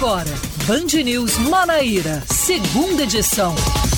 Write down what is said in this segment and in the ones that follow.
agora, Band News Manaíra, segunda edição.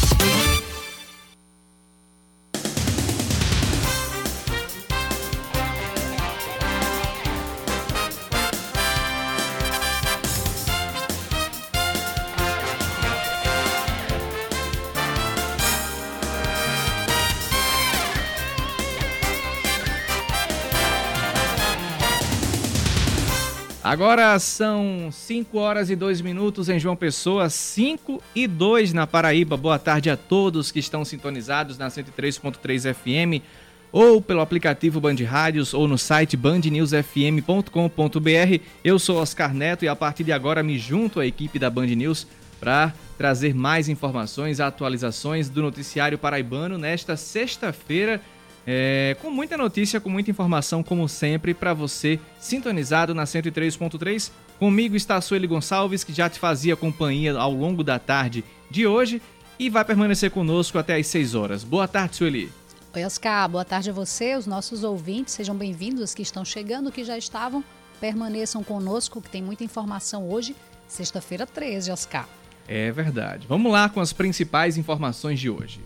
Agora são 5 horas e 2 minutos em João Pessoa, 5 e 2 na Paraíba. Boa tarde a todos que estão sintonizados na 103.3 FM ou pelo aplicativo Band Rádios ou no site bandnewsfm.com.br. Eu sou Oscar Neto e a partir de agora me junto à equipe da Band News para trazer mais informações, atualizações do noticiário paraibano nesta sexta-feira. Com muita notícia, com muita informação, como sempre, para você sintonizado na 103.3. Comigo está a Sueli Gonçalves, que já te fazia companhia ao longo da tarde de hoje e vai permanecer conosco até às 6 horas. Boa tarde, Sueli. Oi, Oscar. Boa tarde a você, os nossos ouvintes. Sejam bem-vindos, os que estão chegando, que já estavam. Permaneçam conosco, que tem muita informação hoje, sexta-feira 13, Oscar. É verdade. Vamos lá com as principais informações de hoje.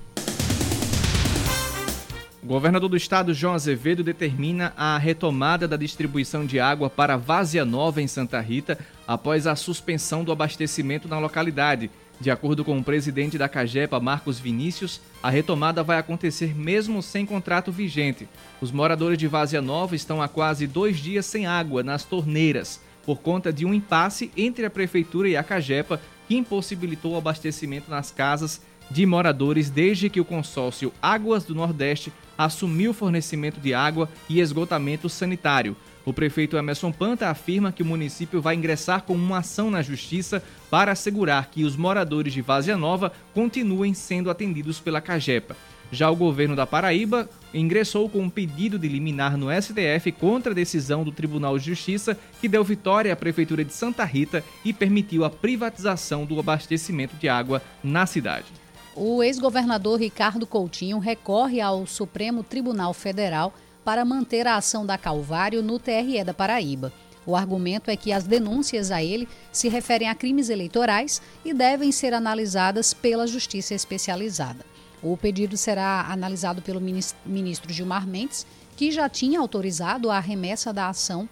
O governador do estado, João Azevedo, determina a retomada da distribuição de água para Várzea Nova, em Santa Rita, após a suspensão do abastecimento na localidade. De acordo com o presidente da Cagepa, Marcos Vinícius, a retomada vai acontecer mesmo sem contrato vigente. Os moradores de Várzea Nova estão há quase 2 dias sem água nas torneiras, por conta de um impasse entre a prefeitura e a Cagepa, que impossibilitou o abastecimento nas casas de moradores desde que o consórcio Águas do Nordeste assumiu o fornecimento de água e esgotamento sanitário. O prefeito Emerson Panta afirma que o município vai ingressar com uma ação na justiça para assegurar que os moradores de Várzea Nova continuem sendo atendidos pela Cagepa. Já o governo da Paraíba ingressou com um pedido de liminar no STF contra a decisão do Tribunal de Justiça que deu vitória à Prefeitura de Santa Rita e permitiu a privatização do abastecimento de água na cidade. O ex-governador Ricardo Coutinho recorre ao Supremo Tribunal Federal para manter a ação da Calvário no TRE da Paraíba. O argumento é que as denúncias a ele se referem a crimes eleitorais e devem ser analisadas pela Justiça Especializada. O pedido será analisado pelo ministro Gilmar Mendes, que já tinha autorizado a remessa da ação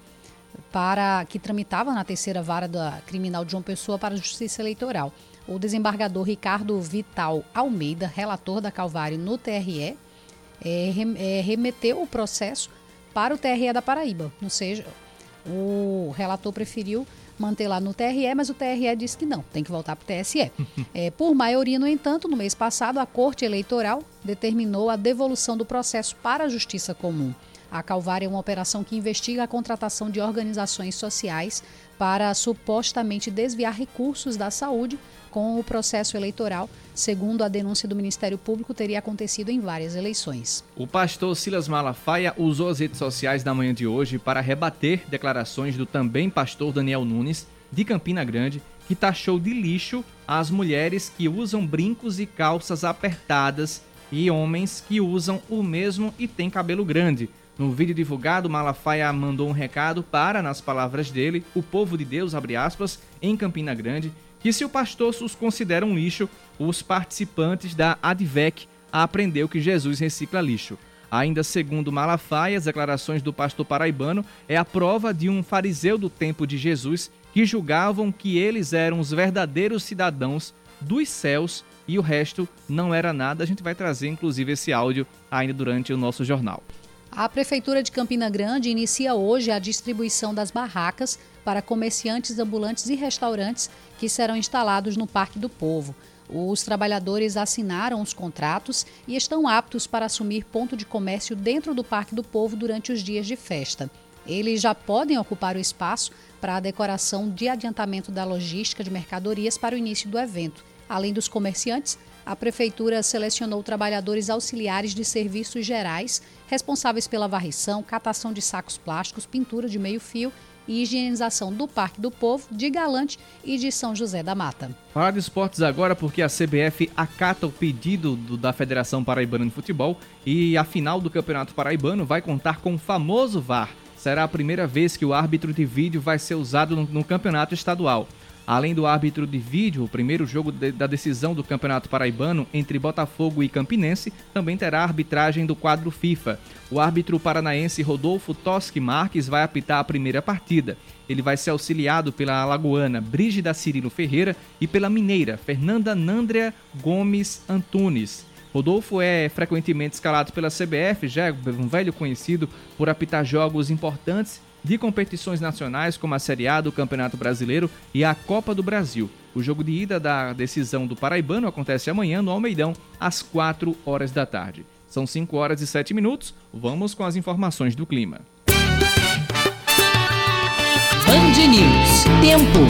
que tramitava na terceira vara da criminal de João Pessoa para a Justiça Eleitoral. O desembargador Ricardo Vital Almeida, relator da Calvário no TRE, remeteu o processo para o TRE da Paraíba. Ou seja, o relator preferiu manter lá no TRE, mas o TRE disse que não, tem que voltar para o TSE. Por maioria, no entanto, no mês passado, a Corte Eleitoral determinou a devolução do processo para a Justiça Comum. A Calvário é uma operação que investiga a contratação de organizações sociais para supostamente desviar recursos da saúde com o processo eleitoral. Segundo a denúncia do Ministério Público, teria acontecido em várias eleições. O pastor Silas Malafaia usou as redes sociais na manhã de hoje para rebater declarações do também pastor Daniel Nunes, de Campina Grande, que taxou de lixo as mulheres que usam brincos e calças apertadas e homens que usam o mesmo e têm cabelo grande. No vídeo divulgado, Malafaia mandou um recado para, nas palavras dele, o povo de Deus, abre aspas, em Campina Grande, que se o pastor os considera um lixo, os participantes da ADVEC aprendeu que Jesus recicla lixo. Ainda segundo Malafaia, as declarações do pastor paraibano é a prova de um fariseu do tempo de Jesus que julgavam que eles eram os verdadeiros cidadãos dos céus e o resto não era nada. A gente vai trazer, inclusive, esse áudio ainda durante o nosso jornal. A Prefeitura de Campina Grande inicia hoje a distribuição das barracas para comerciantes ambulantes e restaurantes que serão instalados no Parque do Povo. Os trabalhadores assinaram os contratos e estão aptos para assumir ponto de comércio dentro do Parque do Povo durante os dias de festa. Eles já podem ocupar o espaço para a decoração de adiantamento da logística de mercadorias para o início do evento. Além dos comerciantes, a Prefeitura selecionou trabalhadores auxiliares de serviços gerais, responsáveis pela varrição, catação de sacos plásticos, pintura de meio-fio e higienização do Parque do Povo, de Galante e de São José da Mata. Falar de esportes agora, porque a CBF acata o pedido da Federação Paraibana de Futebol e a final do Campeonato Paraibano vai contar com o famoso VAR. Será a primeira vez que o árbitro de vídeo vai ser usado no campeonato estadual. Além do árbitro de vídeo, o primeiro jogo da decisão do Campeonato Paraibano entre Botafogo e Campinense também terá a arbitragem do quadro FIFA. O árbitro paranaense Rodolfo Toschi Marques vai apitar a primeira partida. Ele vai ser auxiliado pela alagoana Brígida Cirilo Ferreira e pela mineira Fernanda Nandrea Gomes Antunes. Rodolfo é frequentemente escalado pela CBF, já é um velho conhecido por apitar jogos importantes de competições nacionais como a Série A do Campeonato Brasileiro e a Copa do Brasil. O jogo de ida da decisão do Paraibano acontece amanhã no Almeidão, às 4 horas da tarde. São 5 horas e 7 minutos, vamos com as informações do clima. Band News, tempo.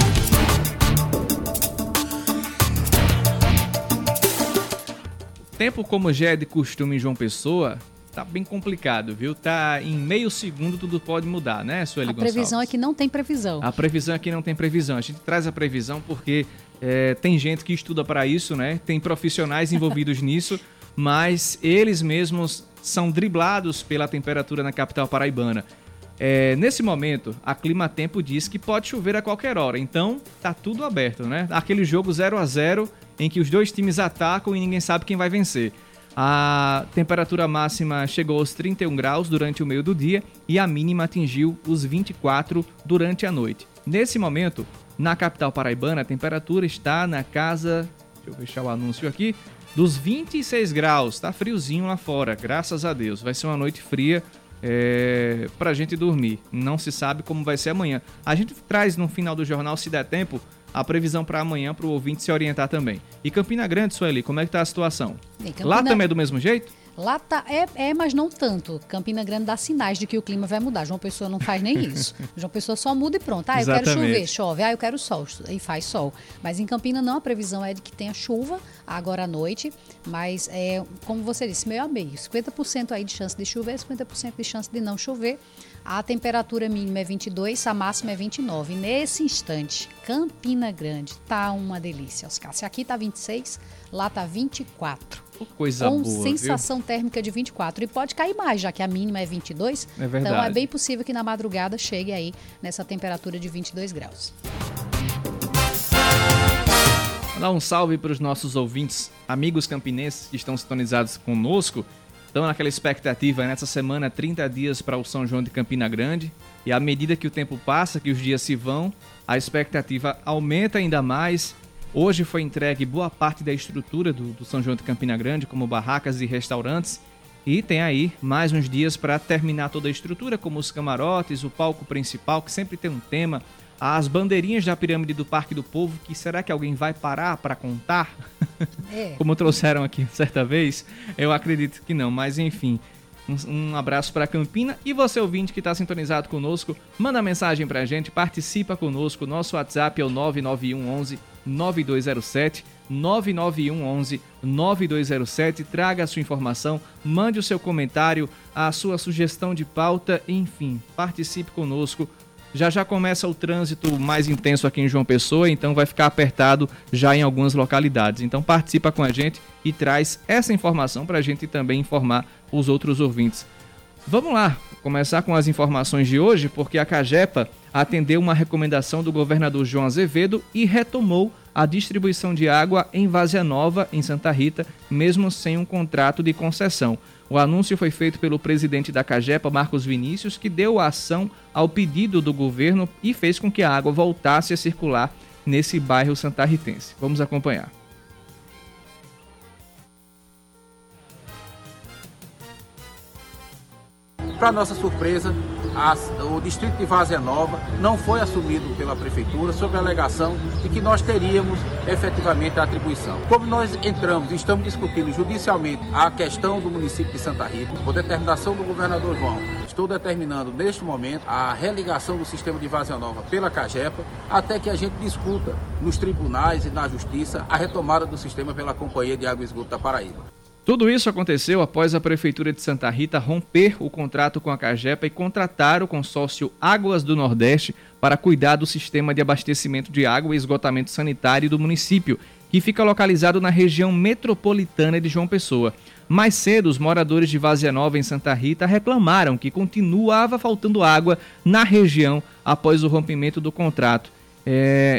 Tempo, como já é de costume em João Pessoa, tá bem complicado, viu? Tá em meio segundo, tudo pode mudar, né, Sueli Gonçalves? A previsão é que não tem previsão. A previsão é que não tem previsão. A gente traz a previsão porque tem gente que estuda para isso, né? Tem profissionais envolvidos nisso, mas eles mesmos são driblados pela temperatura na capital paraibana. Nesse momento, a Clima Tempo diz que pode chover a qualquer hora, então tá tudo aberto, né? Aquele jogo 0-0 em que os dois times atacam e ninguém sabe quem vai vencer. A temperatura máxima chegou aos 31 graus durante o meio do dia e a mínima atingiu os 24 durante a noite. Nesse momento, na capital paraibana, a temperatura está na casa, deixa eu fechar o anúncio aqui, dos 26 graus. Tá friozinho lá fora, graças a Deus. Vai ser uma noite fria pra gente dormir. Não se sabe como vai ser amanhã. A gente traz no final do jornal, se der tempo, a previsão para amanhã para o ouvinte se orientar também. E Campina Grande, Sueli, como é que tá a situação? Lá também é do mesmo jeito? Lá tá, mas não tanto. Campina Grande dá sinais de que o clima vai mudar. João Pessoa não faz nem isso. João Pessoa só muda e pronto. Eu quero chover, chove. Eu quero sol, e faz sol. Mas em Campina não, a previsão é de que tenha chuva agora à noite. Mas, como você disse, meio a meio. 50% aí de chance de chover, 50% de chance de não chover. A temperatura mínima é 22, a máxima é 29. Nesse instante, Campina Grande tá uma delícia, Oscar. Se aqui tá 26, lá tá 24. Coisa boa, com sensação térmica de 24. E pode cair mais, já que a mínima é 22. É verdade. Então é bem possível que na madrugada chegue aí nessa temperatura de 22 graus. Vou dar um salve para os nossos ouvintes, amigos campinenses que estão sintonizados conosco. Estão naquela expectativa, nessa semana, 30 dias para o São João de Campina Grande. E à medida que o tempo passa, que os dias se vão, a expectativa aumenta ainda mais. Hoje foi entregue boa parte da estrutura do São João de Campina Grande, como barracas e restaurantes. E tem aí mais uns dias para terminar toda a estrutura, como os camarotes, o palco principal, que sempre tem um tema. As bandeirinhas da pirâmide do Parque do Povo, que será que alguém vai parar para contar? Como trouxeram aqui certa vez? Eu acredito que não, mas enfim. Um abraço para Campina. E você, ouvinte que está sintonizado conosco, manda mensagem para a gente, participa conosco. Nosso WhatsApp é o 991 11 9207, 991 11 9207. Traga a sua informação, mande o seu comentário, a sua sugestão de pauta, enfim, participe conosco. Já começa o trânsito mais intenso aqui em João Pessoa, então vai ficar apertado já em algumas localidades. Então participa com a gente e traz essa informação para a gente também informar os outros ouvintes. Vamos lá, começar com as informações de hoje, porque a CAGEPA atendeu uma recomendação do governador João Azevedo e retomou a distribuição de água em Várzea Nova, em Santa Rita, mesmo sem um contrato de concessão. O anúncio foi feito pelo presidente da CAGEPA, Marcos Vinícius, que deu a ação ao pedido do governo e fez com que a água voltasse a circular nesse bairro santarritense. Vamos acompanhar. Para nossa surpresa, o distrito de Várzea Nova não foi assumido pela prefeitura sob a alegação de que nós teríamos efetivamente a atribuição. Como nós entramos e estamos discutindo judicialmente a questão do município de Santa Rita, por determinação do governador João, estou determinando neste momento a religação do sistema de Várzea Nova pela CAGEPA, até que a gente discuta nos tribunais e na justiça a retomada do sistema pela Companhia de Água e Esgoto da Paraíba. Tudo isso aconteceu após a Prefeitura de Santa Rita romper o contrato com a CAGEPA e contratar o consórcio Águas do Nordeste para cuidar do sistema de abastecimento de água e esgotamento sanitário do município, que fica localizado na região metropolitana de João Pessoa. Mais cedo, os moradores de Várzea Nova, em Santa Rita, reclamaram que continuava faltando água na região após o rompimento do contrato.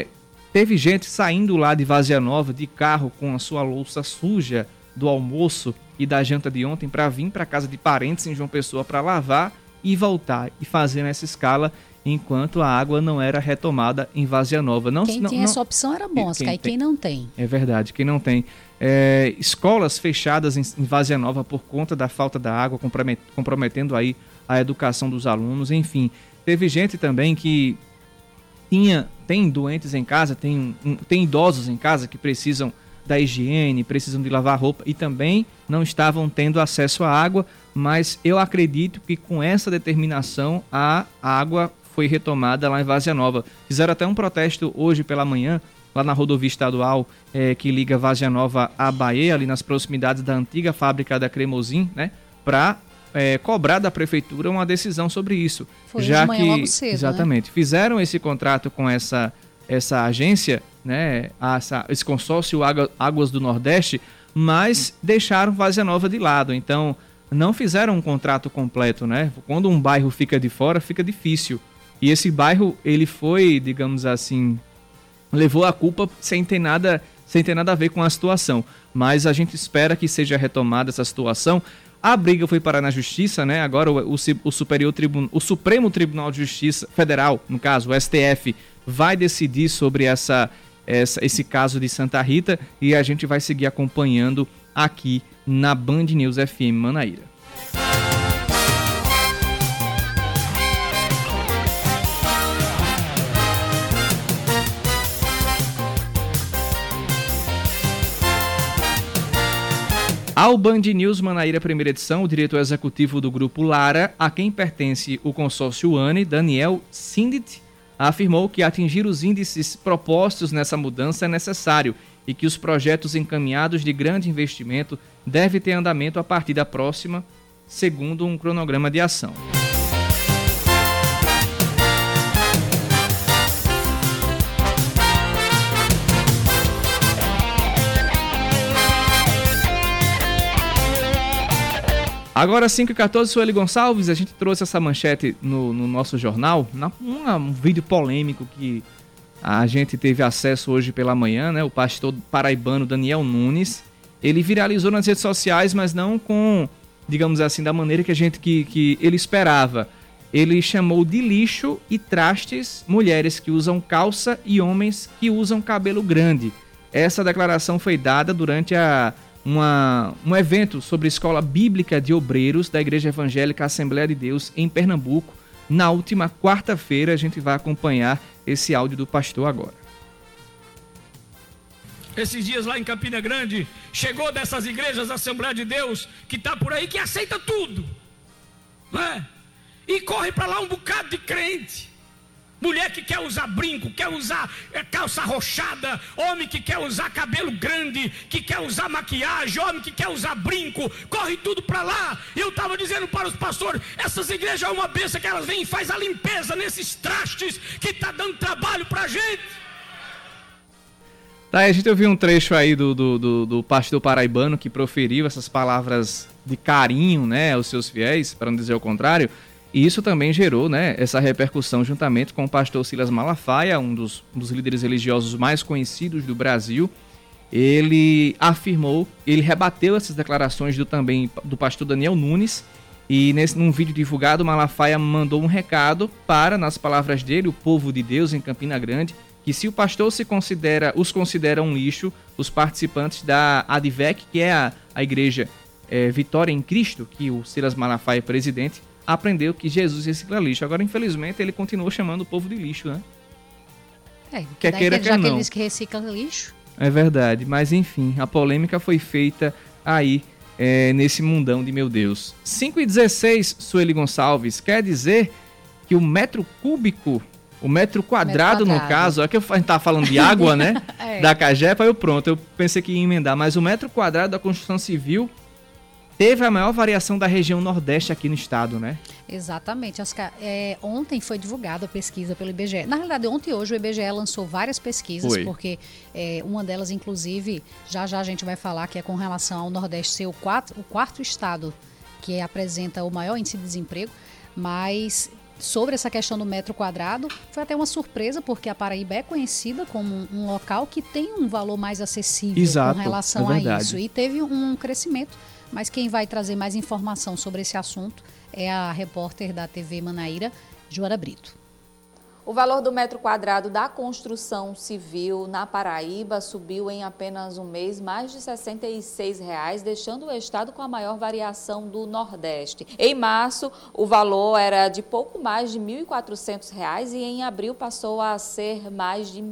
teve gente saindo lá de Várzea Nova de carro com a sua louça suja do almoço e da janta de ontem para vir para casa de parentes em João Pessoa para lavar e voltar e fazer nessa escala enquanto a água não era retomada em Várzea Nova. Quem tinha essa opção era bom, quem não tem. É verdade, quem não tem. Escolas fechadas em Várzea Nova por conta da falta da água, comprometendo aí a educação dos alunos, enfim. Teve gente também que tem doentes em casa, tem idosos em casa que precisam da higiene, precisam de lavar roupa e também não estavam tendo acesso à água, mas eu acredito que com essa determinação a água foi retomada lá em Várzea Nova. Fizeram até um protesto hoje pela manhã, lá na rodovia estadual que liga Várzea Nova a Bahia, ali nas proximidades da antiga fábrica da Cremosin, né, para cobrar da prefeitura uma decisão sobre isso. Foi já de manhã logo cedo, exatamente, né? Fizeram esse contrato com essa agência, né, esse consórcio Águas do Nordeste, mas deixaram Várzea Nova de lado. Então, não fizeram um contrato completo, né? Quando um bairro fica de fora, fica difícil. E esse bairro, ele foi, digamos assim, levou a culpa sem ter nada a ver com a situação. Mas a gente espera que seja retomada essa situação. A briga foi parar na Justiça, né? Agora o Supremo Tribunal de Justiça Federal, no caso, o STF, vai decidir sobre esse caso de Santa Rita e a gente vai seguir acompanhando aqui na Band News FM Manaíra. Ao Band News Manaíra primeira edição, o diretor executivo do Grupo Lara, a quem pertence o consórcio UANE, Daniel Sindit, afirmou que atingir os índices propostos nessa mudança é necessário e que os projetos encaminhados de grande investimento devem ter andamento a partir da próxima, segundo um cronograma de ação. Agora, 5h14, Sueli Gonçalves, a gente trouxe essa manchete no nosso jornal, um vídeo polêmico que a gente teve acesso hoje pela manhã, né? O pastor paraibano Daniel Nunes, ele viralizou nas redes sociais, mas não com, digamos assim, da maneira que ele esperava. Ele chamou de lixo e trastes mulheres que usam calça e homens que usam cabelo grande. Essa declaração foi dada durante um evento sobre a Escola Bíblica de Obreiros da Igreja Evangélica Assembleia de Deus em Pernambuco. Na última quarta-feira, a gente vai acompanhar esse áudio do pastor agora. Esses dias lá em Campina Grande, chegou dessas igrejas da Assembleia de Deus, que está por aí, que aceita tudo, não é? E corre para lá um bocado de crente. Mulher que quer usar brinco, quer usar calça arrochada, homem que quer usar cabelo grande, que quer usar maquiagem, homem que quer usar brinco, corre tudo para lá. E eu estava dizendo para os pastores, essas igrejas é uma bênção que elas vêm e faz a limpeza nesses trastes que está dando trabalho para a gente. Tá, a gente ouviu um trecho aí do pastor paraibano que proferiu essas palavras de carinho, né, aos seus fiéis, para não dizer o contrário. E isso também gerou, né, essa repercussão juntamente com o pastor Silas Malafaia, um dos líderes religiosos mais conhecidos do Brasil. Ele rebateu essas declarações do pastor Daniel Nunes e num vídeo divulgado, Malafaia mandou um recado para, nas palavras dele, o povo de Deus em Campina Grande, que se o pastor os considera um lixo, os participantes da ADVEC, que é a igreja Vitória em Cristo, que o Silas Malafaia é presidente, aprendeu que Jesus recicla lixo. Agora, infelizmente, ele continuou chamando o povo de lixo, né? Quer queira, quer não. Já que ele diz que recicla lixo. É verdade, mas enfim, a polêmica foi feita aí nesse mundão de meu Deus. 5h16, Sueli Gonçalves, quer dizer que o metro cúbico, o metro quadrado no caso, é que a gente estava falando de água, né? Da Cagepa, eu pensei que ia emendar, mas o metro quadrado da construção civil teve a maior variação da região Nordeste aqui no estado, né? Exatamente. Oscar, ontem foi divulgada a pesquisa pelo IBGE. Na realidade, ontem e hoje o IBGE lançou várias pesquisas, porque uma delas, inclusive, já a gente vai falar, que é com relação ao Nordeste ser o quarto estado que apresenta o maior índice de desemprego, mas sobre essa questão do metro quadrado. Foi até uma surpresa, porque a Paraíba é conhecida como um local que tem um valor mais acessível com relação a isso. E teve um crescimento, mas quem vai trazer mais informação sobre esse assunto é a repórter da TV Manaíra, Joana Brito. O valor do metro quadrado da construção civil na Paraíba subiu em apenas um mês mais de R$ 66,00, deixando o estado com a maior variação do Nordeste. Em março, o valor era de pouco mais de R$ 1.400 e em abril passou a ser mais de R$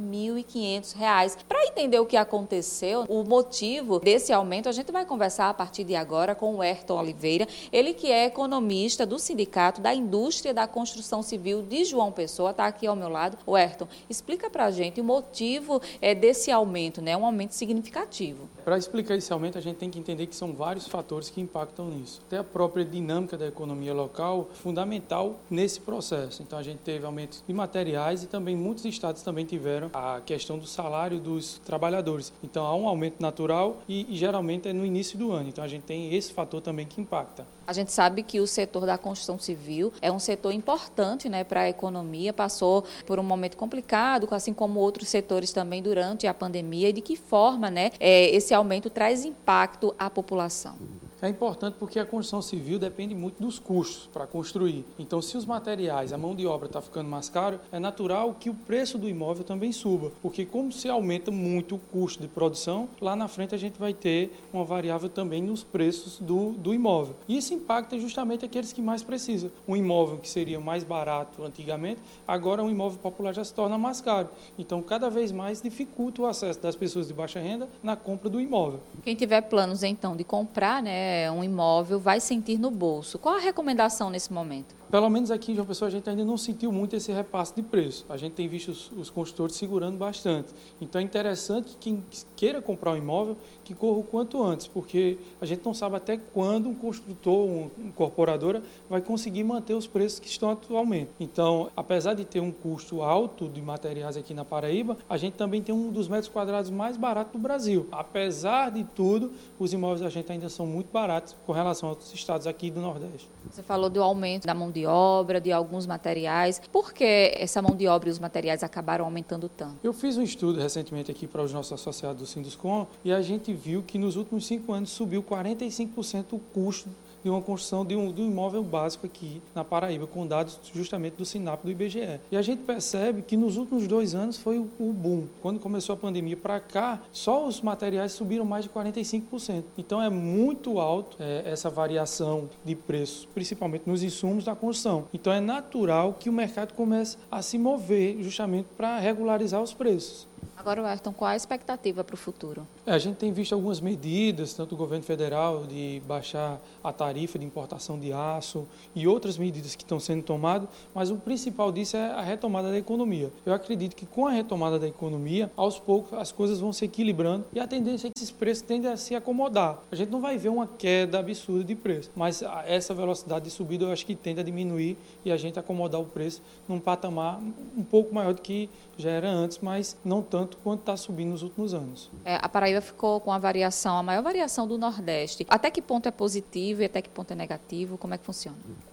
1.500. Para entender o que aconteceu, o motivo desse aumento, a gente vai conversar a partir de agora com o Ayrton Oliveira, ele que é economista do Sindicato da Indústria da Construção Civil de João Pessoa, está aqui ao meu lado. O Ayrton, explica para a gente o motivo desse aumento, né? Um aumento significativo. Para explicar esse aumento, a gente tem que entender que são vários fatores que impactam nisso. Até a própria dinâmica da economia local, fundamental nesse processo. Então, a gente teve aumentos de materiais e também muitos estados também tiveram a questão do salário dos trabalhadores. Então, há um aumento natural e geralmente é no início do ano. Então, a gente tem esse fator também que impacta. A gente sabe que o setor da construção civil é um setor importante, né, para a economia, passou por um momento complicado, assim como outros setores também durante a pandemia. E de que forma, né, esse aumento traz impacto à população? É importante porque a construção civil depende muito dos custos para construir. Então, se os materiais, a mão de obra está ficando mais caro, é natural que o preço do imóvel também suba. Porque como se aumenta muito o custo de produção, lá na frente a gente vai ter uma variável também nos preços do imóvel. E isso impacta justamente aqueles que mais precisam. Um imóvel que seria mais barato antigamente, agora um imóvel popular já se torna mais caro. Então, cada vez mais dificulta o acesso das pessoas de baixa renda na compra do imóvel. Quem tiver planos, então, de comprar, né, um imóvel, vai sentir no bolso. Qual a recomendação nesse momento? Pelo menos aqui em João Pessoa a gente ainda não sentiu muito esse repasse de preço. A gente tem visto os construtores segurando bastante. Então é interessante que quem queira comprar um imóvel que corra o quanto antes, porque a gente não sabe até quando um construtor, uma incorporadora vai conseguir manter os preços que estão atualmente. Então, apesar de ter um custo alto de materiais aqui na Paraíba, a gente também tem um dos metros quadrados mais baratos do Brasil. Apesar de tudo, os imóveis da gente ainda são muito baratos com relação a outros estados aqui do Nordeste. Você falou do aumento da mão de obra, de alguns materiais. Por que essa mão de obra e os materiais acabaram aumentando tanto? Eu fiz um estudo recentemente aqui para os nossos associados do Sinduscom e a gente viu que nos últimos 5 anos subiu 45% o custo de uma construção de um imóvel básico aqui na Paraíba, com dados justamente do SINAP do IBGE. E a gente percebe que nos últimos 2 anos foi o boom. Quando começou a pandemia para cá, só os materiais subiram mais de 45%. Então é muito alto essa variação de preços, principalmente nos insumos da construção. Então é natural que o mercado comece a se mover justamente para regularizar os preços. Agora, Ayrton, qual a expectativa para o futuro? A gente tem visto algumas medidas, tanto do governo federal, de baixar a tarifa de importação de aço e outras medidas que estão sendo tomadas, mas o principal disso é a retomada da economia. Eu acredito que com a retomada da economia, aos poucos as coisas vão se equilibrando e a tendência é que esses preços tendem a se acomodar. A gente não vai ver uma queda absurda de preço, mas essa velocidade de subida eu acho que tende a diminuir e a gente acomodar o preço num patamar um pouco maior do que já era antes, mas não tanto quanto está subindo nos últimos anos. A Paraíba ficou com a maior variação do Nordeste. Até que ponto é positivo e até que ponto é negativo? Como é que funciona?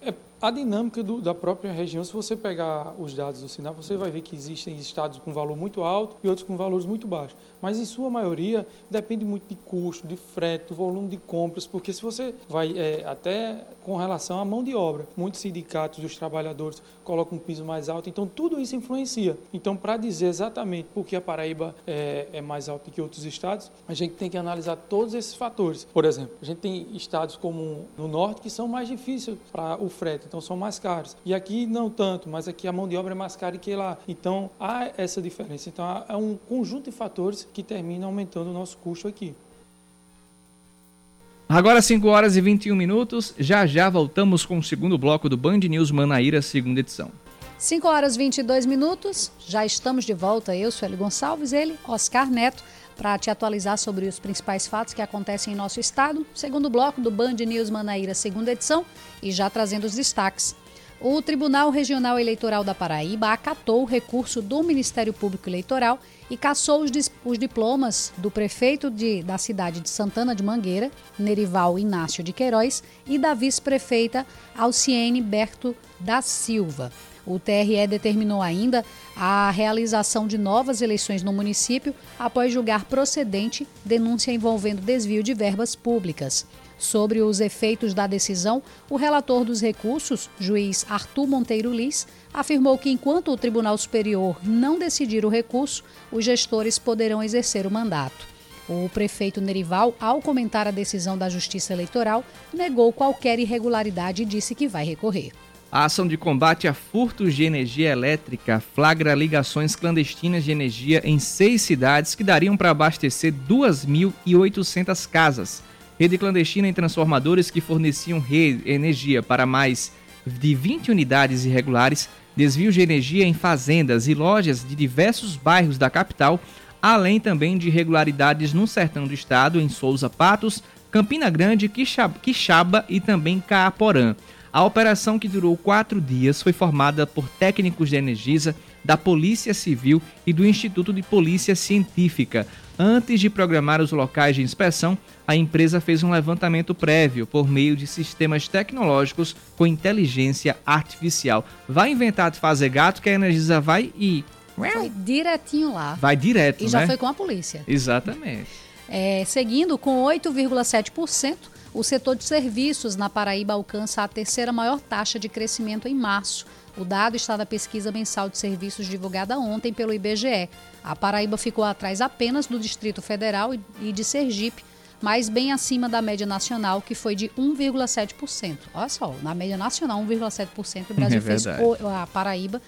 A dinâmica da própria região, se você pegar os dados do SINAP, você vai ver que existem estados com valor muito alto e outros com valores muito baixos. Mas, em sua maioria, depende muito de custo, de frete, do volume de compras, porque se você vai até com relação à mão de obra, muitos sindicatos dos trabalhadores colocam um piso mais alto, então tudo isso influencia. Então, para dizer exatamente por que a Paraíba é mais alta que outros estados, a gente tem que analisar todos esses fatores. Por exemplo, a gente tem estados como no norte que são mais difíceis para o frete, então são mais caros. E aqui não tanto, mas aqui a mão de obra é mais cara que lá. Então há essa diferença. Então há um conjunto de fatores que terminam aumentando o nosso custo aqui. Agora 5h21, já voltamos com o segundo bloco do Band News Manaíra, segunda edição. 5h22, já estamos de volta. Eu sou Eli Gonçalves, ele, Oscar Neto, para te atualizar sobre os principais fatos que acontecem em nosso estado. Segundo bloco do Band News Manaíra, segunda edição, e já trazendo os destaques. O Tribunal Regional Eleitoral da Paraíba acatou o recurso do Ministério Público Eleitoral e cassou os diplomas do prefeito da cidade de Santana de Mangueira, Nerival Inácio de Queiroz, e da vice-prefeita Alciene Berto da Silva. O TRE determinou ainda a realização de novas eleições no município após julgar procedente denúncia envolvendo desvio de verbas públicas. Sobre os efeitos da decisão, o relator dos recursos, juiz Arthur Monteiro Liz, afirmou que enquanto o Tribunal Superior não decidir o recurso, os gestores poderão exercer o mandato. O prefeito Nerival, ao comentar a decisão da Justiça Eleitoral, negou qualquer irregularidade e disse que vai recorrer. A ação de combate a furtos de energia elétrica flagra ligações clandestinas de energia em 6 cidades que dariam para abastecer 2.800 casas. Rede clandestina em transformadores que forneciam energia para mais de 20 unidades irregulares, desvios de energia em fazendas e lojas de diversos bairros da capital, além também de irregularidades no sertão do estado, em Souza Patos, Campina Grande, Quixaba e também Caaporã. A operação, que durou 4 dias, foi formada por técnicos de Energisa, da Polícia Civil e do Instituto de Polícia Científica. Antes de programar os locais de inspeção, a empresa fez um levantamento prévio por meio de sistemas tecnológicos com inteligência artificial. Vai inventar de fazer gato que a Energisa vai e... Foi direitinho lá. Vai direto, e já foi com a polícia. Exatamente. Seguindo, com 8,7%, o setor de serviços na Paraíba alcança a terceira maior taxa de crescimento em março. O dado está na pesquisa mensal de serviços divulgada ontem pelo IBGE. A Paraíba ficou atrás apenas do Distrito Federal e de Sergipe, mas bem acima da média nacional, que foi de 1,7%. Olha só, na média nacional, 1,7%, o Brasil fez a Paraíba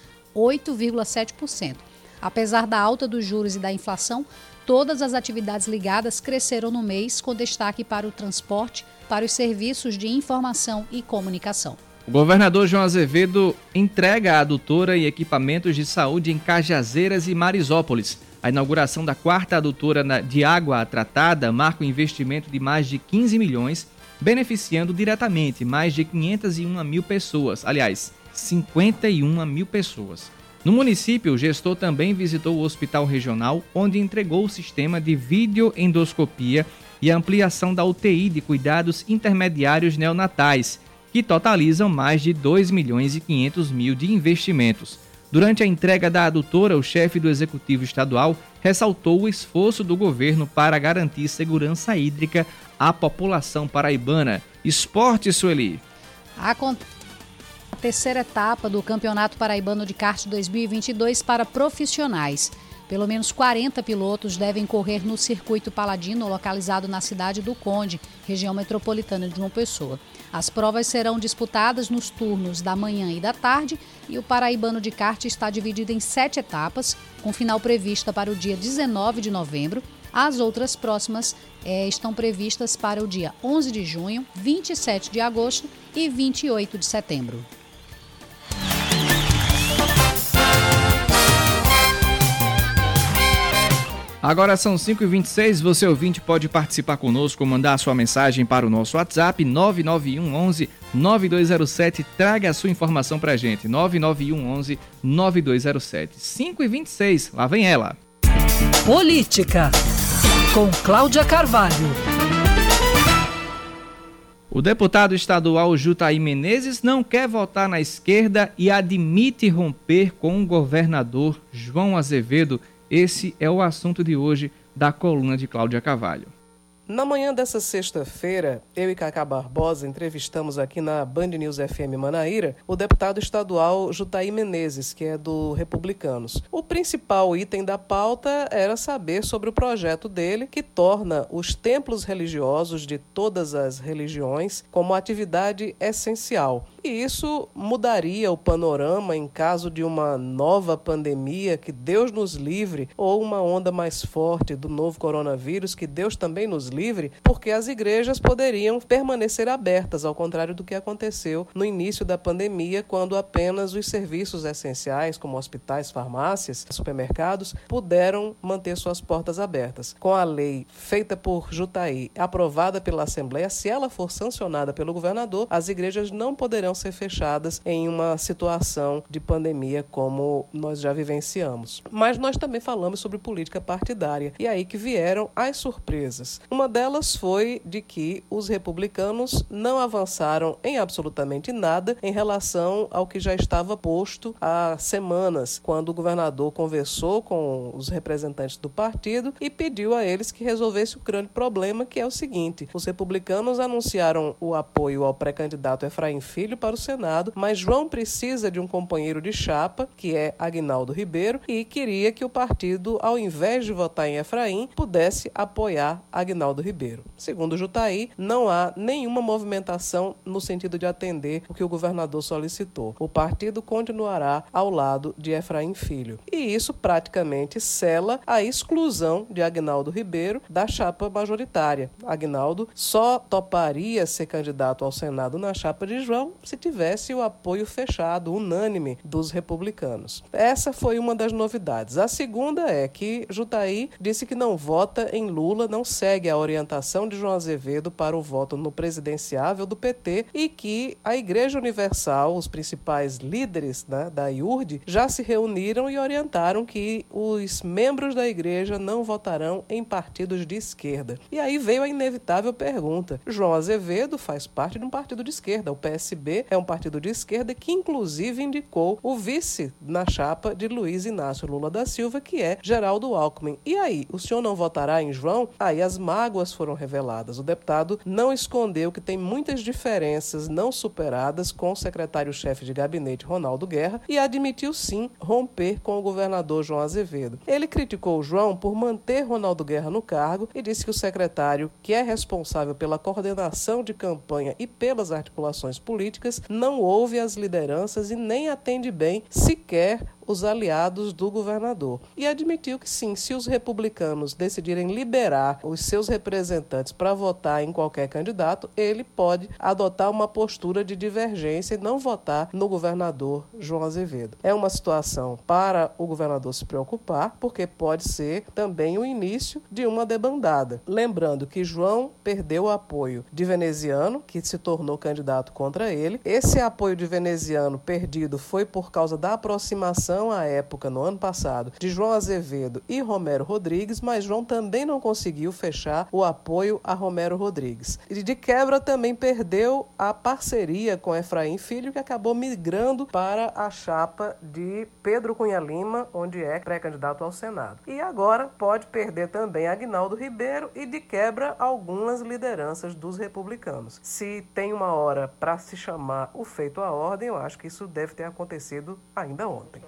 8,7%. Apesar da alta dos juros e da inflação, todas as atividades ligadas cresceram no mês, com destaque para o transporte, para os serviços de informação e comunicação. O governador João Azevedo entrega a adutora e equipamentos de saúde em Cajazeiras e Marisópolis. A inauguração da 4ª adutora de água tratada marca um investimento de mais de 15 milhões, beneficiando diretamente mais de 501 mil pessoas. Aliás, 51 mil pessoas. No município, o gestor também visitou o Hospital Regional, onde entregou o sistema de videoendoscopia e a ampliação da UTI de cuidados intermediários neonatais, que totalizam mais de 2 milhões e 500 mil de investimentos. Durante a entrega da adutora, o chefe do Executivo Estadual ressaltou o esforço do governo para garantir segurança hídrica à população paraibana. Esporte, Sueli. A terceira etapa do Campeonato Paraibano de Kart 2022 para profissionais. Pelo menos 40 pilotos devem correr no Circuito Paladino, localizado na cidade do Conde, região metropolitana de João Pessoa. As provas serão disputadas nos turnos da manhã e da tarde e o Paraibano de Kart está dividido em 7 etapas, com final prevista para o dia 19 de novembro. As outras próximas estão previstas para o dia 11 de junho, 27 de agosto e 28 de setembro. Agora são 5h26, você ouvinte pode participar conosco, mandar a sua mensagem para o nosso WhatsApp 991 11 9207, traga a sua informação pra gente, 991 11 9207. 5h26, lá vem ela. Política, com Cláudia Carvalho. O deputado estadual Jutaí Menezes não quer votar na esquerda e admite romper com o governador João Azevedo. Esse é o assunto de hoje da coluna de Cláudia Carvalho. Na manhã dessa sexta-feira, eu e Cacá Barbosa entrevistamos aqui na Band News FM Manaíra o deputado estadual Jutaí Menezes, que é do Republicanos. O principal item da pauta era saber sobre o projeto dele, que torna os templos religiosos de todas as religiões como atividade essencial. E isso mudaria o panorama em caso de uma nova pandemia, que Deus nos livre, ou uma onda mais forte do novo coronavírus, que Deus também nos livre, porque as igrejas poderiam permanecer abertas, ao contrário do que aconteceu no início da pandemia, quando apenas os serviços essenciais, como hospitais, farmácias, supermercados, puderam manter suas portas abertas. Com a lei feita por Jutaí, aprovada pela Assembleia, se ela for sancionada pelo governador, as igrejas não poderão poderão ser fechadas em uma situação de pandemia como nós já vivenciamos. Mas nós também falamos sobre política partidária, e aí que vieram as surpresas. Uma delas foi de que os republicanos não avançaram em absolutamente nada em relação ao que já estava posto há semanas, quando o governador conversou com os representantes do partido e pediu a eles que resolvesse o grande problema, que é o seguinte: os republicanos anunciaram o apoio ao pré-candidato Efraim Filho para o Senado, mas João precisa de um companheiro de chapa, que é Aguinaldo Ribeiro, e queria que o partido, ao invés de votar em Efraim, pudesse apoiar Aguinaldo Ribeiro. Segundo Jutaí, não há nenhuma movimentação no sentido de atender o que o governador solicitou. O partido continuará ao lado de Efraim Filho. E isso praticamente sela a exclusão de Aguinaldo Ribeiro da chapa majoritária. Aguinaldo só toparia ser candidato ao Senado na chapa de João se tivesse o apoio fechado, unânime, dos republicanos. Essa foi uma das novidades. A segunda é que Jutaí disse que não vota em Lula, não segue a orientação de João Azevedo para o voto no presidenciável do PT e que a Igreja Universal, os principais líderes, né, da IURD, já se reuniram e orientaram que os membros da igreja não votarão em partidos de esquerda. E aí veio a inevitável pergunta: João Azevedo faz parte de um partido de esquerda, o PSB é um partido de esquerda que inclusive indicou o vice na chapa de Luiz Inácio Lula da Silva, que é Geraldo Alckmin. E aí, o senhor não votará em João? Aí as mágoas foram reveladas. O deputado não escondeu que tem muitas diferenças não superadas com o secretário-chefe de gabinete, Ronaldo Guerra, e admitiu sim romper com o governador João Azevedo. Ele criticou o João por manter Ronaldo Guerra no cargo e disse que o secretário, que é responsável pela coordenação de campanha e pelas articulações políticas, não ouve as lideranças e nem atende bem sequer os aliados do governador. E admitiu que sim, se os republicanos decidirem liberar os seus representantes para votar em qualquer candidato, ele pode adotar uma postura de divergência e não votar no governador João Azevedo. É uma situação para o governador se preocupar, porque pode ser também o início de uma debandada. Lembrando que João perdeu o apoio de Veneziano, que se tornou candidato contra ele. Esse apoio de Veneziano perdido foi por causa da aproximação à época, no ano passado, de João Azevedo e Romero Rodrigues, mas João também não conseguiu fechar o apoio a Romero Rodrigues. E de quebra também perdeu a parceria com Efraim Filho, que acabou migrando para a chapa de Pedro Cunha Lima, onde é pré-candidato ao Senado. E agora pode perder também Aguinaldo Ribeiro e de quebra algumas lideranças dos republicanos. Se tem uma hora para se chamar o feito à ordem, eu acho que isso deve ter acontecido ainda ontem.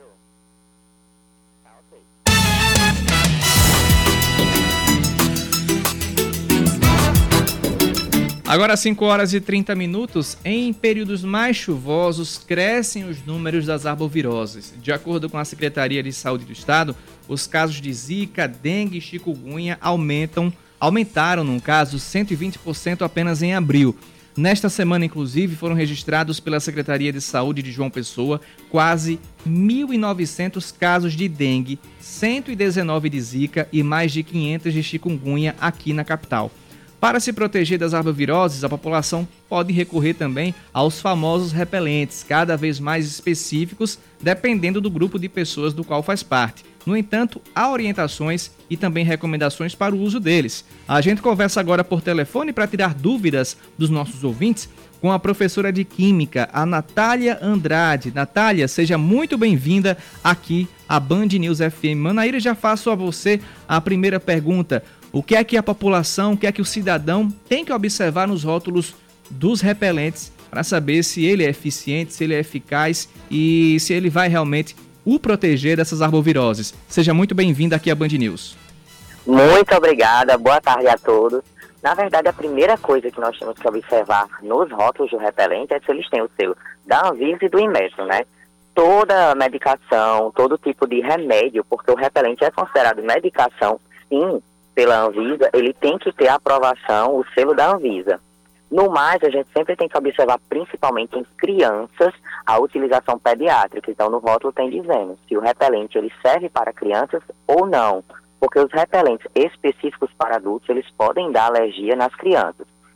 Agora 5 horas e 30 minutos, em períodos mais chuvosos, crescem os números das arboviroses. De acordo com a Secretaria de Saúde do Estado, os casos de zika, dengue e chikungunya aumentaram, no caso, 120% apenas em abril. Nesta semana, inclusive, foram registrados pela Secretaria de Saúde de João Pessoa quase 1.900 casos de dengue, 119 de zika e mais de 500 de chikungunya aqui na capital. Para se proteger das arboviroses, a população pode recorrer também aos famosos repelentes, cada vez mais específicos, dependendo do grupo de pessoas do qual faz parte. No entanto, há orientações e também recomendações para o uso deles. A gente conversa agora por telefone para tirar dúvidas dos nossos ouvintes com a professora de Química, a Natália Andrade. Natália, seja muito bem-vinda aqui à Band News FM Manaíra. Já faço a você a primeira pergunta. O que é que a população, o que é que o cidadão tem que observar nos rótulos dos repelentes para saber se ele é eficiente, se ele é eficaz e se ele vai realmente o proteger dessas arboviroses? Seja muito bem-vindo aqui à Band News. Muito obrigada, boa tarde a todos. Na verdade, a primeira coisa que nós temos que observar nos rótulos do repelente é se eles têm o selo da Anvisa e do Inmetro, né? Toda medicação, todo tipo de remédio, porque o repelente é considerado medicação, sim, pela Anvisa, ele tem que ter a aprovação, o selo da Anvisa. No mais, a gente sempre tem que observar, principalmente em crianças, a utilização pediátrica. Então, no rótulo tem dizendo se o repelente ele serve para crianças ou não. Porque os repelentes específicos para adultos, eles podem dar alergia nas crianças.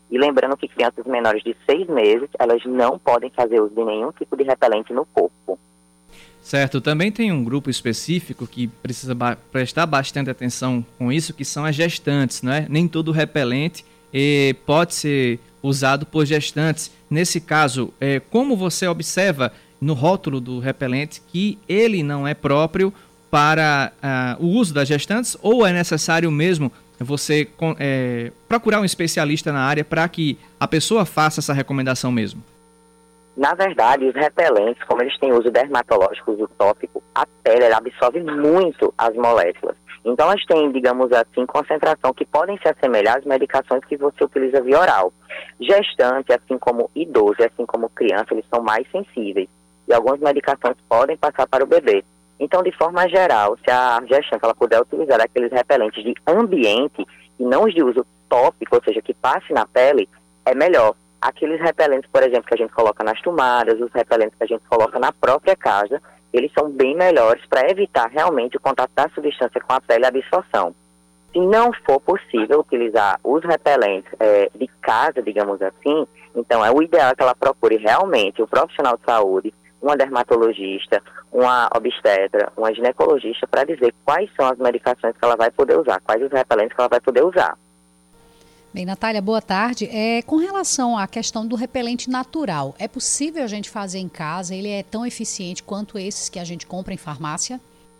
E lembrando que crianças menores de 6 meses, elas não podem fazer uso de nenhum tipo de repelente no corpo. Certo, também tem um grupo específico que precisa prestar bastante atenção com isso, que são as gestantes, não é? Nem todo repelente pode ser usado por gestantes. Nesse caso, como você observa no rótulo do repelente que ele não é próprio para o uso das gestantes, ou é necessário mesmo você procurar um especialista na área para que a pessoa faça essa recomendação mesmo? Na verdade, os repelentes, como eles têm uso dermatológico, uso tópico, a pele absorve muito as moléculas. Então, elas têm, digamos assim, concentração que podem se assemelhar às medicações que você utiliza via oral. Gestante, assim como idoso, assim como criança, eles são mais sensíveis. E algumas medicações podem passar para o bebê. Então, de forma geral, se a gestante ela puder utilizar aqueles repelentes de ambiente e não os de uso tópico, ou seja, que passe na pele, é melhor. Aqueles repelentes, por exemplo, que a gente coloca nas tomadas, os repelentes que a gente coloca na própria casa, eles são bem melhores para evitar realmente o contato da substância com a pele e a absorção. Se não for possível utilizar os repelentes de casa, digamos assim, então é o ideal que ela procure realmente o profissional de saúde, uma dermatologista, uma obstetra, uma ginecologista, para dizer quais são as medicações que ela vai poder usar, quais os repelentes que ela vai poder usar. Bem, Natália, boa tarde. Com relação à questão do repelente natural, é possível a gente fazer em casa? Ele é tão eficiente quanto esses que a gente compra em farmácia?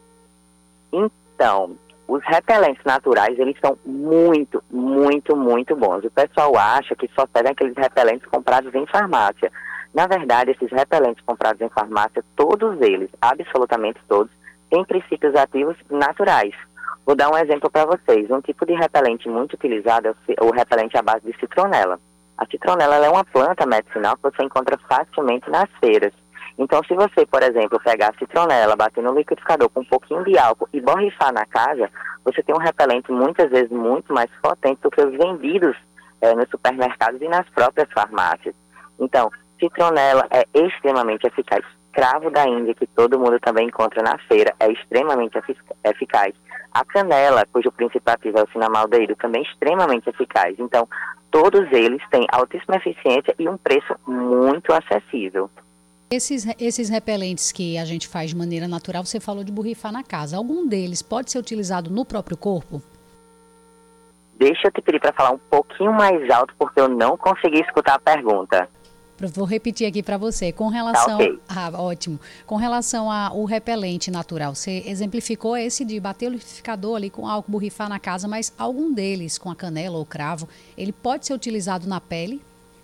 Então, os repelentes naturais, eles são muito, muito, muito bons. O pessoal acha que só servem aqueles repelentes comprados em farmácia. Na verdade, esses repelentes comprados em farmácia, todos eles, absolutamente todos, têm princípios ativos naturais. Vou dar um exemplo para vocês. Um tipo de repelente muito utilizado é o repelente à base de citronela. A citronela ela é uma planta medicinal que você encontra facilmente nas feiras. Então, se você, por exemplo, pegar a citronela, bater no liquidificador com um pouquinho de álcool e borrifar na casa, você tem um repelente muitas vezes muito mais potente do que os vendidos nos supermercados e nas próprias farmácias. Então, citronela é extremamente eficaz. Cravo da Índia, que todo mundo também encontra na feira, é extremamente eficaz. A canela, cujo princípio ativo é o cinnamaldeído, também é extremamente eficaz. Então, todos eles têm altíssima eficiência e um preço muito acessível. Esses repelentes que a gente faz de maneira natural, você falou de borrifar na casa. Algum deles pode ser utilizado no próprio corpo? Deixa eu te pedir para falar um pouquinho mais alto, porque eu não consegui escutar a pergunta. Vou repetir aqui para você. Com relação... Okay. Ótimo. Com relação ao repelente natural, você exemplificou esse de bater o liquidificador ali com álcool, borrifar na casa, mas algum deles, com a canela ou cravo, ele pode ser utilizado na pele?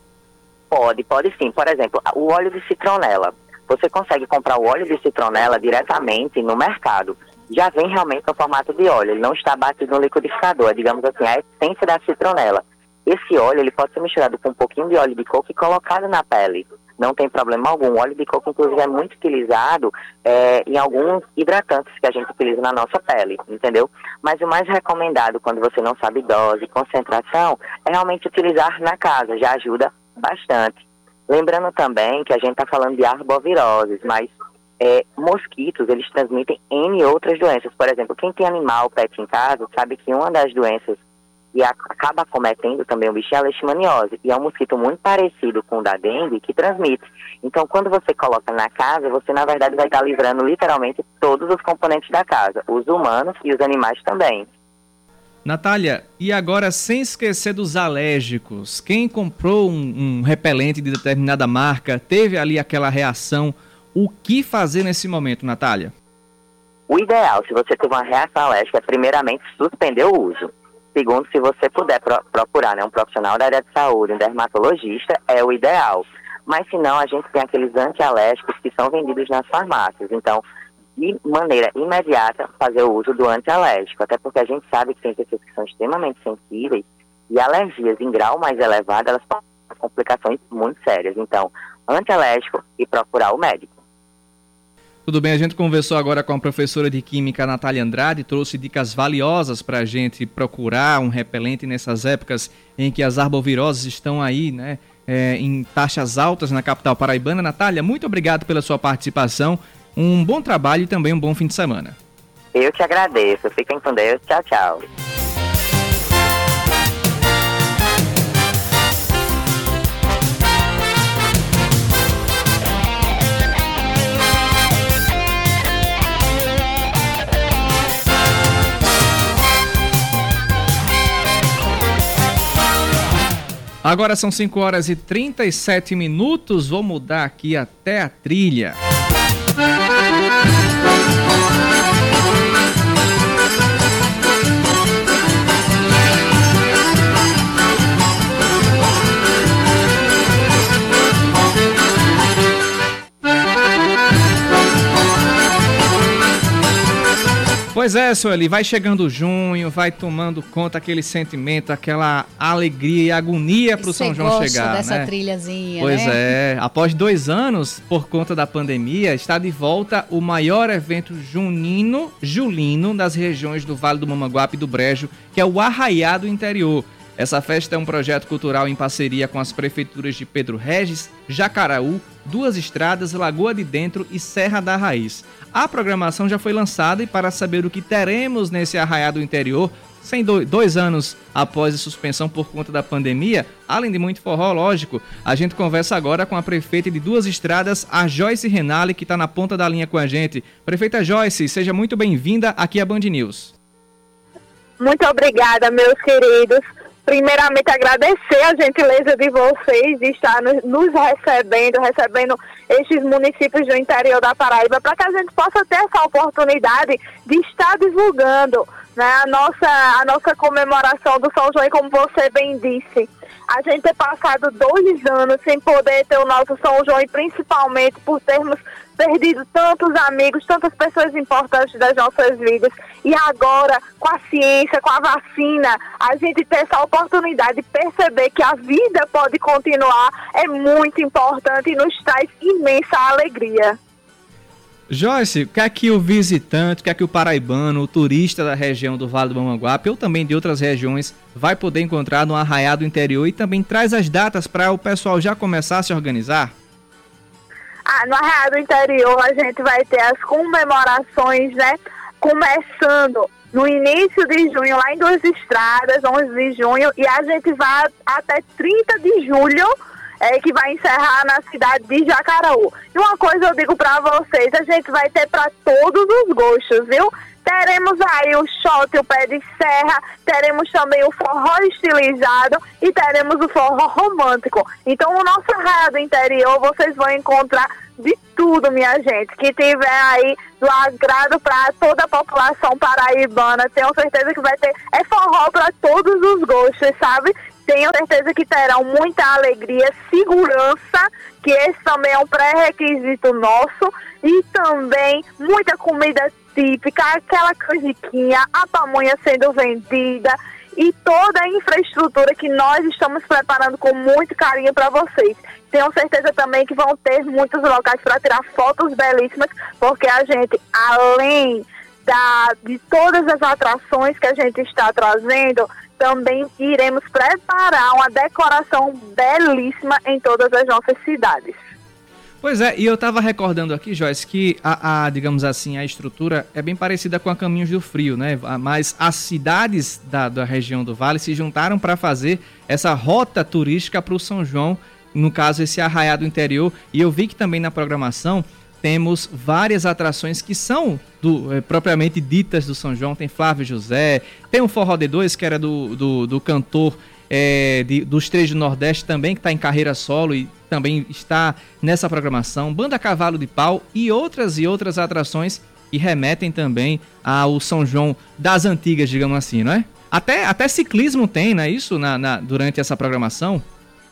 Pode sim. Por exemplo, o óleo de citronela. Você consegue comprar o óleo de citronela diretamente no mercado. Já vem realmente no formato de óleo. Ele não está batido no liquidificador. É, digamos assim, a essência da citronela. Esse óleo ele pode ser misturado com um pouquinho de óleo de coco e colocado na pele. Não tem problema algum. O óleo de coco, inclusive, é muito utilizado em alguns hidratantes que a gente utiliza na nossa pele, entendeu? Mas o mais recomendado, quando você não sabe dose, concentração, é realmente utilizar na casa. Já ajuda bastante. Lembrando também que a gente está falando de arboviroses, mas mosquitos, eles transmitem N outras doenças. Por exemplo, quem tem animal, pet em casa, sabe que uma das doenças e acaba acometendo também o bichinho, a leishmaniose. E é um mosquito muito parecido com o da dengue que transmite. Então, quando você coloca na casa, você, na verdade, vai estar livrando literalmente todos os componentes da casa, os humanos e os animais também. Natália, e agora, sem esquecer dos alérgicos, quem comprou um repelente de determinada marca, teve ali aquela reação, o que fazer nesse momento, Natália? O ideal, se você teve uma reação alérgica, é primeiramente suspender o uso. Segundo, se você puder procurar um profissional da área de saúde, um dermatologista, é o ideal. Mas se não, a gente tem aqueles antialérgicos que são vendidos nas farmácias. Então, de maneira imediata, fazer o uso do antialérgico. Até porque a gente sabe que tem pessoas que são extremamente sensíveis e alergias em grau mais elevado, elas podem ter complicações muito sérias. Então, antialérgico e procurar o médico. Tudo bem, a gente conversou agora com a professora de Química, Natália Andrade, trouxe dicas valiosas para a gente procurar um repelente nessas épocas em que as arboviroses estão aí, né, em taxas altas na capital paraibana. Natália, muito obrigado pela sua participação, um bom trabalho e também um bom fim de semana. Eu te agradeço, fiquem com Deus, tchau, tchau. Agora são 5h37, vou mudar aqui até a trilha. Pois é, Sueli, vai chegando junho, vai tomando conta aquele sentimento, aquela alegria e agonia pro São João chegar, dessa né? trilhazinha, Pois né? é, após 2 anos, por conta da pandemia, está de volta o maior evento julino das regiões do Vale do Mamanguape e do Brejo, que é o Arraiá do Interior. Essa festa é um projeto cultural em parceria com as prefeituras de Pedro Regis, Jacaraú, Duas Estradas, Lagoa de Dentro e Serra da Raiz. A programação já foi lançada e para saber o que teremos nesse Arraiá do Interior, sem 2 anos após a suspensão por conta da pandemia, além de muito forró, lógico, a gente conversa agora com a prefeita de Duas Estradas, a Joyce Renali, que está na ponta da linha com a gente. Prefeita Joyce, seja muito bem-vinda aqui à Band News. Muito obrigada, meus queridos. Primeiramente, agradecer a gentileza de vocês de estar nos recebendo estes municípios do interior da Paraíba, para que a gente possa ter essa oportunidade de estar divulgando, né, a nossa comemoração do São João. E como você bem disse, a gente ter passado 2 anos sem poder ter o nosso São João, e principalmente por termos perdido tantos amigos, tantas pessoas importantes das nossas vidas. E agora, com a ciência, com a vacina, a gente ter essa oportunidade de perceber que a vida pode continuar é muito importante e nos traz imensa alegria. Joyce, o que é que o visitante, o que é que o paraibano, o turista da região do Vale do Mamanguape ou também de outras regiões vai poder encontrar no Arraiá do Interior, e também traz as datas para o pessoal já começar a se organizar? No Arraiá do Interior a gente vai ter as comemorações, né, começando no início de junho, lá em Duas Estradas, 11 de junho, e a gente vai até 30 de julho, que vai encerrar na cidade de Jacaraú. E uma coisa eu digo para vocês, a gente vai ter para todos os gostos, viu? Teremos aí o shot, o pé de serra, teremos também o forró estilizado e teremos o forró romântico. Então, no nosso Arraiá do Interior, vocês vão encontrar de tudo, minha gente, que tiver aí do agrado para toda a população paraibana. Tenho certeza que vai ter forró para todos os gostos, sabe? Tenho certeza que terão muita alegria, segurança, que esse também é um pré-requisito nosso, e também muita comida típica, aquela canjiquinha, a pamonha sendo vendida e toda a infraestrutura que nós estamos preparando com muito carinho para vocês. Tenho certeza também que vão ter muitos locais para tirar fotos belíssimas, porque a gente, além de todas as atrações que a gente está trazendo, também iremos preparar uma decoração belíssima em todas as nossas cidades. Pois é, e eu estava recordando aqui, Joyce, que digamos assim, a estrutura é bem parecida com a Caminhos do Frio, né? Mas as cidades da região do Vale se juntaram para fazer essa rota turística para o São João, no caso esse Arraiá do Interior, e eu vi que também na programação temos várias atrações que são propriamente ditas do São João. Tem Flávio José, tem o Forró D2, que era do cantor dos Três do Nordeste também, que está em carreira solo e também está nessa programação, Banda Cavalo de Pau e outras atrações que remetem também ao São João das antigas, digamos assim, não é? Até ciclismo tem, não é isso, durante essa programação?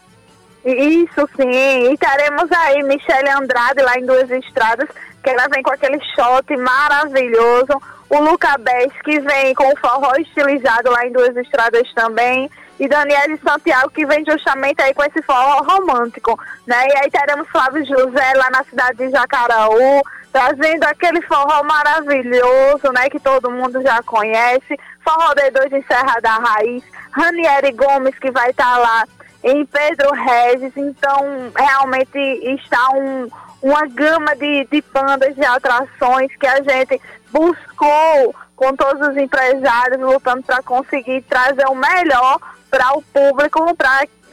Isso sim, e teremos aí Michele Andrade lá em Duas Estradas, que ela vem com aquele shot maravilhoso, o Luca Bess, que vem com o forró estilizado lá em Duas Estradas também, e Daniele Santiago, que vem justamente aí com esse forró romântico, né? E aí teremos Flávio José lá na cidade de Jacaraú, trazendo aquele forró maravilhoso, né, que todo mundo já conhece, forró D2 em Serra da Raiz, Ranieri Gomes, que vai estar lá em Pedro Regis. Então realmente está uma gama de bandas, de atrações que a gente buscou com todos os empresários, lutando para conseguir trazer o melhor para o público, para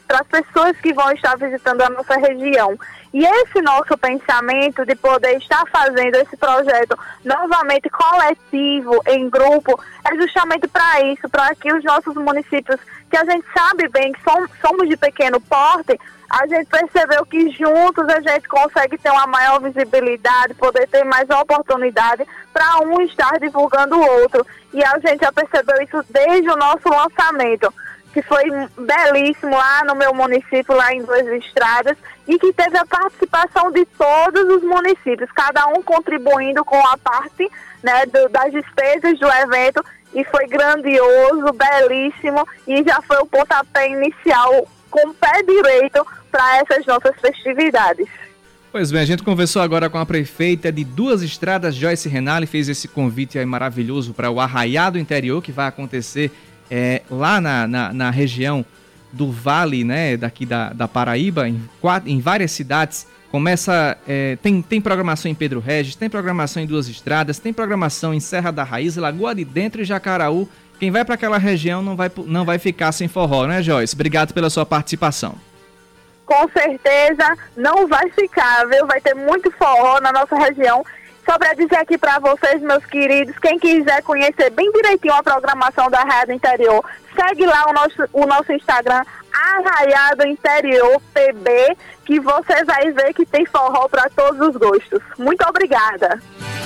para as pessoas que vão estar visitando a nossa região. E esse nosso pensamento de poder estar fazendo esse projeto novamente coletivo, em grupo, é justamente para isso, para que os nossos municípios, que a gente sabe bem que somos de pequeno porte, a gente percebeu que juntos a gente consegue ter uma maior visibilidade, poder ter mais oportunidade para um estar divulgando o outro. E a gente já percebeu isso desde o nosso lançamento, que foi belíssimo lá no meu município, lá em Duas Estradas, e que teve a participação de todos os municípios, cada um contribuindo com a parte, né, das despesas do evento, e foi grandioso, belíssimo, e já foi o pontapé inicial com o pé direito para essas nossas festividades. Pois bem, a gente conversou agora com a prefeita de Duas Estradas, Joyce Renali, fez esse convite aí maravilhoso para o Arraiá do Interior, que vai acontecer lá na região do Vale, né, daqui da Paraíba, em várias cidades. Começa, tem programação em Pedro Regis, tem programação em Duas Estradas, tem programação em Serra da Raiz, Lagoa de Dentro e Jacaraú. Quem vai para aquela região não vai ficar sem forró, né, Joyce? Obrigado pela sua participação. Com certeza não vai ficar, viu? Vai ter muito forró na nossa região. Só para dizer aqui para vocês, meus queridos, quem quiser conhecer bem direitinho a programação da Arraiá do Interior, segue lá o nosso Instagram, Arraiá do Interior PB, que você vai ver que tem forró para todos os gostos. Muito obrigada.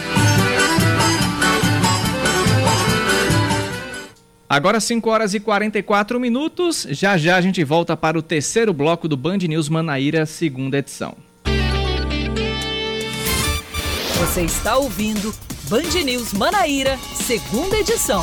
Agora 5h44, já a gente volta para o terceiro bloco do Band News Manaíra, segunda edição. Você está ouvindo Band News Manaíra, segunda edição.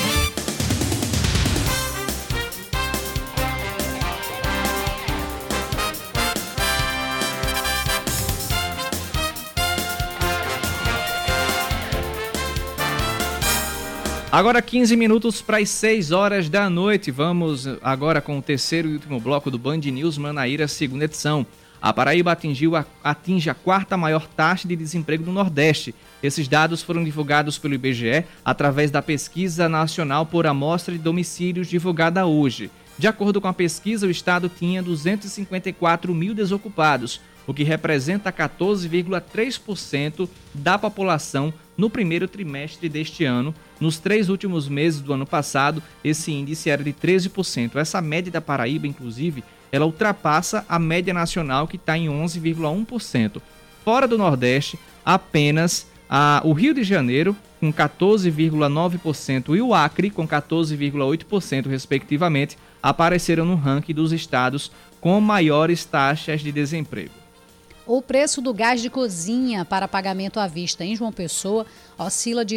Agora 15 minutos para as 6 horas da noite. Vamos agora com o terceiro e último bloco do Band News Manaíra, segunda edição. A Paraíba atinge a quarta maior taxa de desemprego do Nordeste. Esses dados foram divulgados pelo IBGE através da Pesquisa Nacional por Amostra de Domicílios divulgada hoje. De acordo com a pesquisa, o estado tinha 254 mil desocupados, o que representa 14,3% da população no primeiro trimestre deste ano. Nos 3 últimos meses do ano passado, esse índice era de 13%. Essa média da Paraíba, inclusive, ela ultrapassa a média nacional, que está em 11,1%. Fora do Nordeste, apenas o Rio de Janeiro, com 14,9%, e o Acre, com 14,8%, respectivamente, apareceram no ranking dos estados com maiores taxas de desemprego. O preço do gás de cozinha para pagamento à vista em João Pessoa oscila de R$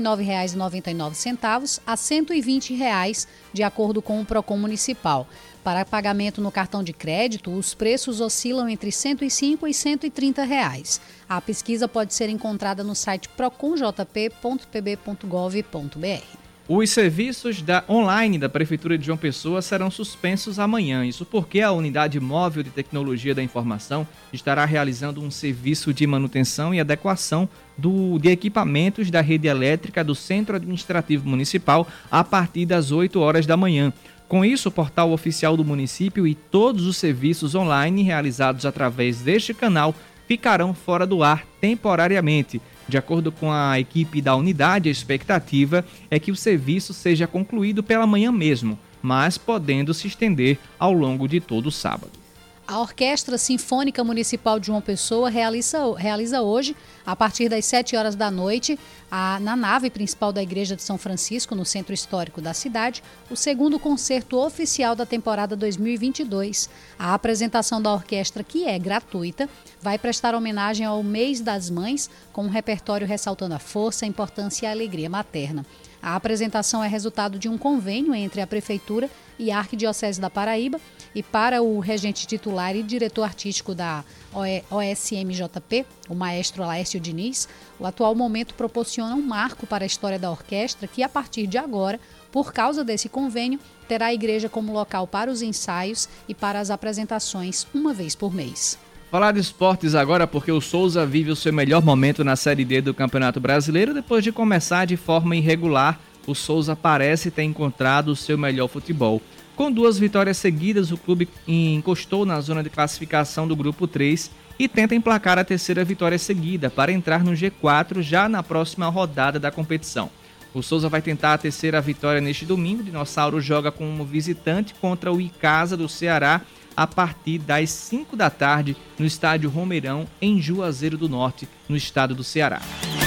99,99 a R$ 120, de acordo com o Procon Municipal. Para pagamento no cartão de crédito, os preços oscilam entre R$ 105 e R$ 130. A pesquisa pode ser encontrada no site proconjp.pb.gov.br. Os serviços online da Prefeitura de João Pessoa serão suspensos amanhã. Isso porque a Unidade Móvel de Tecnologia da Informação estará realizando um serviço de manutenção e adequação de equipamentos da rede elétrica do Centro Administrativo Municipal a partir das 8 horas da manhã. Com isso, o portal oficial do município e todos os serviços online realizados através deste canal ficarão fora do ar temporariamente. De acordo com a equipe da unidade, a expectativa é que o serviço seja concluído pela manhã mesmo, mas podendo se estender ao longo de todo o sábado. A Orquestra Sinfônica Municipal de João Pessoa realiza hoje, a partir das 7 horas da noite, na nave principal da Igreja de São Francisco, no centro histórico da cidade, o segundo concerto oficial da temporada 2022. A apresentação da orquestra, que é gratuita, vai prestar homenagem ao Mês das Mães, com um repertório ressaltando a força, a importância e a alegria materna. A apresentação é resultado de um convênio entre a Prefeitura e a Arquidiocese da Paraíba, e para o regente titular e diretor artístico da OSMJP, o maestro Laércio Diniz, o atual momento proporciona um marco para a história da orquestra, que a partir de agora, por causa desse convênio, terá a igreja como local para os ensaios e para as apresentações uma vez por mês. Falar de esportes agora, porque o Souza vive o seu melhor momento na Série D do Campeonato Brasileiro. Depois de começar de forma irregular, o Souza parece ter encontrado o seu melhor futebol. Com 2 vitórias seguidas, o clube encostou na zona de classificação do Grupo 3 e tenta emplacar a 3ª vitória seguida para entrar no G4 já na próxima rodada da competição. O Souza vai tentar a 3ª vitória neste domingo. O Dinossauro joga como visitante contra o Icasa do Ceará a partir das 5 da tarde no estádio Romeirão, em Juazeiro do Norte, no estado do Ceará.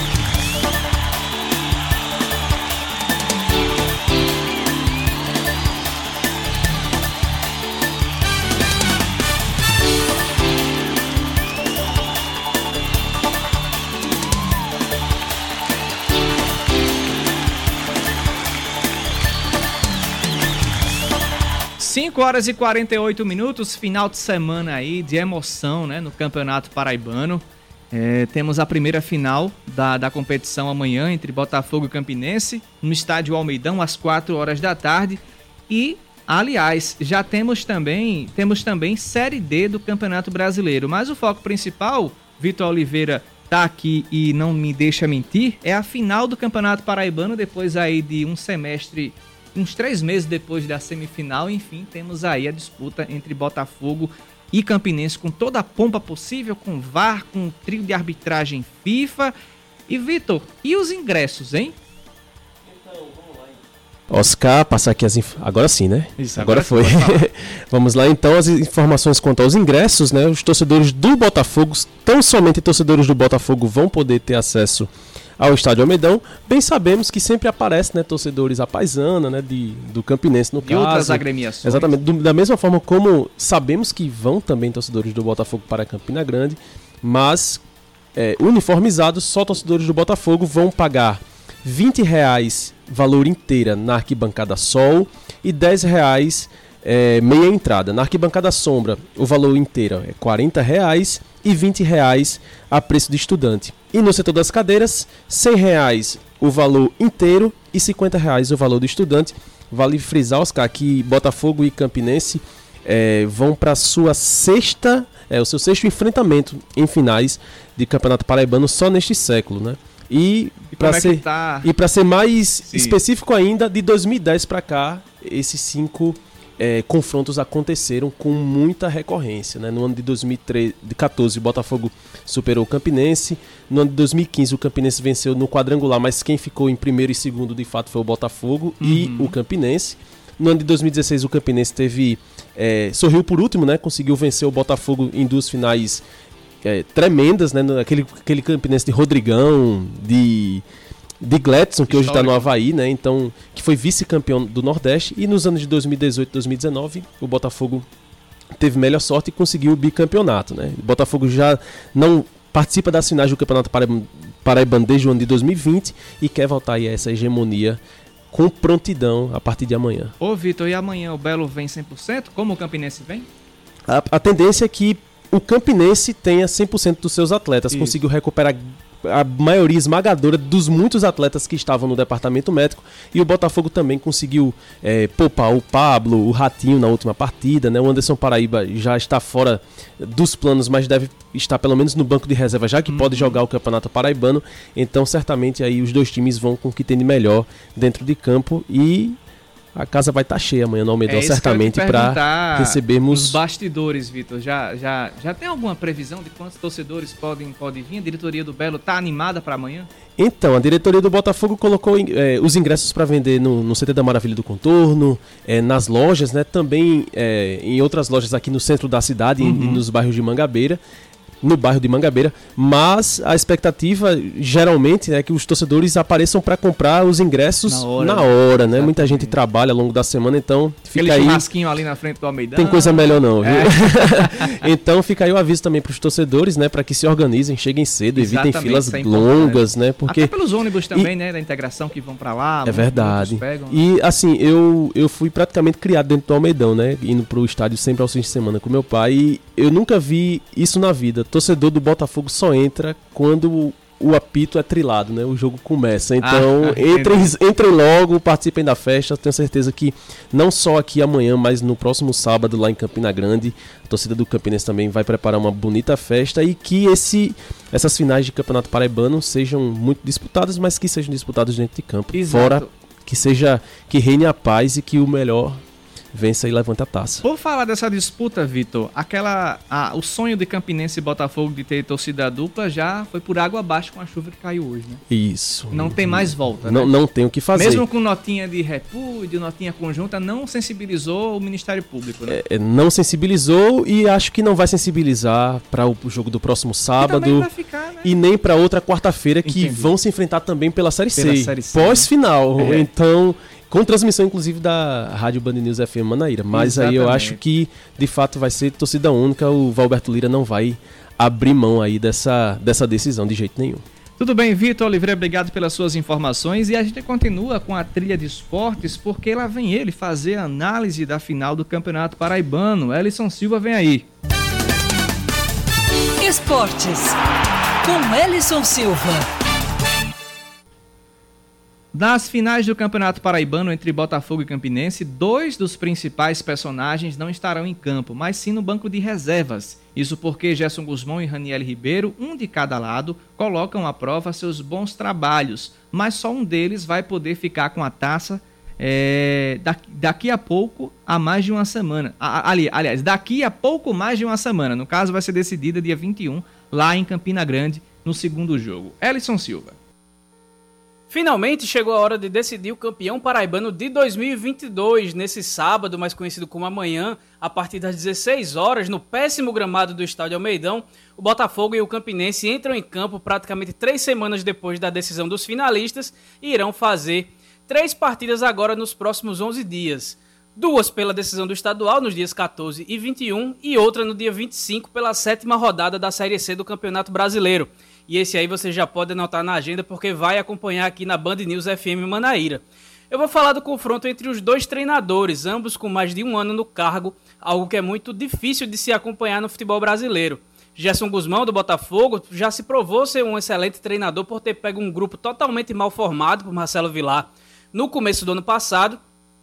Cinco horas e 48 minutos, final de semana aí de emoção, né, no Campeonato Paraibano. Temos a primeira final da competição amanhã entre Botafogo e Campinense, no estádio Almeidão, às 4 horas da tarde. E, aliás, já temos também Série D do Campeonato Brasileiro. Mas o foco principal, Vitor Oliveira tá aqui e não me deixa mentir, é a final do Campeonato Paraibano, depois aí de um semestre, uns 3 meses depois da semifinal. Enfim, temos aí a disputa entre Botafogo e Campinense com toda a pompa possível, com VAR, com trio de arbitragem FIFA. E Vitor, e os ingressos, hein? Então, vamos lá. Oscar, passar aqui agora sim, né? Isso, agora foi. Vamos lá, então, as informações quanto aos ingressos, né? Os torcedores do Botafogo, tão somente torcedores do Botafogo vão poder ter acesso ao estádio Almeidão. Bem sabemos que sempre aparece, né, torcedores à paisana, né, do Campinense no caso. E outras agremiações. Exatamente, da mesma forma como sabemos que vão também torcedores do Botafogo para Campina Grande, mas uniformizados, só torcedores do Botafogo vão pagar R$20 valor inteira na arquibancada Sol e R$10 meia entrada. Na arquibancada Sombra, o valor inteiro é R$40 e R$20 a preço de estudante. E no setor das cadeiras, R$100 o valor inteiro e R$50 o valor do estudante. Vale frisar, Oscar, que Botafogo e Campinense vão para o seu sexto enfrentamento em finais de Campeonato Paraibano só neste século, né? E para ser mais específico ainda, de 2010 para cá, esses 5 confrontos aconteceram com muita recorrência, né? No ano de 2014, o Botafogo superou o Campinense. No ano de 2015, o Campinense venceu no quadrangular, mas quem ficou em primeiro e segundo, de fato, foi o Botafogo e o Campinense. No ano de 2016, o Campinense sorriu por último, né? Conseguiu vencer o Botafogo em 2 finais tremendas, né? Aquele Campinense de Rodrigão, de Gladson, que hoje está no Avaí, né? Então, que foi vice-campeão do Nordeste. E nos anos de 2018 e 2019, o Botafogo teve melhor sorte e conseguiu o bicampeonato, né? O Botafogo já não participa das finais do Campeonato Paraibano desde o ano de 2020 e quer voltar aí a essa hegemonia com prontidão a partir de amanhã. Ô Vitor, e amanhã o Belo vem 100%? Como o Campinense vem? A tendência é que o Campinense tenha 100% dos seus atletas. Isso. Conseguiu recuperar a maioria esmagadora dos muitos atletas que estavam no departamento médico, e o Botafogo também conseguiu poupar o Pablo, o Ratinho na última partida, né? O Anderson Paraíba já está fora dos planos, mas deve estar pelo menos no banco de reserva, já que pode jogar o Campeonato Paraibano. Então certamente aí os 2 times vão com o que tem de melhor dentro de campo, e a casa vai estar cheia amanhã no Almeidão, certamente, para recebermos... Os bastidores, Vitor, já tem alguma previsão de quantos torcedores podem vir? A diretoria do Belo está animada para amanhã? Então, a diretoria do Botafogo colocou os ingressos para vender no CT da Maravilha do Contorno, nas lojas, né? Também em outras lojas aqui no centro da cidade, e nos bairros de Mangabeira. No bairro de Mangabeira, mas a expectativa geralmente é que os torcedores apareçam para comprar os ingressos na hora, né? Muita gente trabalha ao longo da semana, então fica aí... churrasquinho ali na frente do Almeidão. Tem coisa melhor não, viu? Então fica aí o aviso também para os torcedores, né? Para que se organizem, cheguem cedo, evitem filas longas, né? Porque... Até pelos ônibus também, né? Da integração que vão para lá. É verdade. E assim, eu fui praticamente criado dentro do Almeidão, né? Indo pro estádio sempre aos fins de semana com meu pai, e eu nunca vi isso na vida. Torcedor do Botafogo só entra quando o apito é trilado, né? O jogo começa. Então, entrem logo, participem da festa. Tenho certeza que não só aqui amanhã, mas no próximo sábado lá em Campina Grande, a torcida do Campinense também vai preparar uma bonita festa, e que essas finais de Campeonato Paraibano sejam muito disputadas, mas que sejam disputadas dentro de campo. Exato. Fora que reine a paz e que o melhor vença e levante a taça. Por falar dessa disputa, Vitor, o sonho de Campinense e Botafogo de ter torcida dupla já foi por água abaixo com a chuva que caiu hoje, né? Isso. Não tem mais volta, né? Não tem o que fazer. Mesmo com notinha de repúdio, notinha conjunta, não sensibilizou o Ministério Público, né? Não sensibilizou e acho que não vai sensibilizar para o jogo do próximo sábado vai ficar, né? E nem para outra quarta-feira que Entendi. Vão se enfrentar também pela Série C, Série C, pós-final. né? Então, com transmissão inclusive da Rádio Band News FM Manaíra. Mas Exatamente. Aí eu acho que de fato vai ser torcida única. O Valberto Lira não vai abrir mão aí dessa decisão de jeito nenhum. Tudo bem, Vitor Oliveira, obrigado pelas suas informações e a gente continua com a trilha de esportes porque lá vem ele fazer a análise da final do Campeonato Paraibano. Elison Silva vem aí. Esportes, com Elison Silva. Nas finais do Campeonato Paraibano entre Botafogo e Campinense, 2 dos principais personagens não estarão em campo, mas sim no banco de reservas. Isso porque Gerson Guzmão e Raniel Ribeiro, um de cada lado, colocam à prova seus bons trabalhos, mas só um deles vai poder ficar com a taça daqui a pouco, a mais de uma semana. Aliás, daqui a pouco mais de uma semana. No caso, vai ser decidida dia 21, lá em Campina Grande, no segundo jogo. Elison Silva. Finalmente chegou a hora de decidir o campeão paraibano de 2022, nesse sábado, mais conhecido como amanhã, a partir das 16 horas, no péssimo gramado do Estádio Almeidão. O Botafogo e o Campinense entram em campo praticamente 3 semanas depois da decisão dos finalistas e irão fazer 3 partidas agora nos próximos 11 dias. 2 pela decisão do estadual, nos dias 14 e 21, e outra no dia 25 pela 7ª rodada da Série C do Campeonato Brasileiro. E esse aí você já pode anotar na agenda porque vai acompanhar aqui na Band News FM Manaíra. Eu vou falar do confronto entre os 2 treinadores, ambos com mais de 1 ano no cargo, algo que é muito difícil de se acompanhar no futebol brasileiro. Gerson Guzmão, do Botafogo, já se provou ser um excelente treinador por ter pego um grupo totalmente mal formado por Marcelo Vilar no começo do ano passado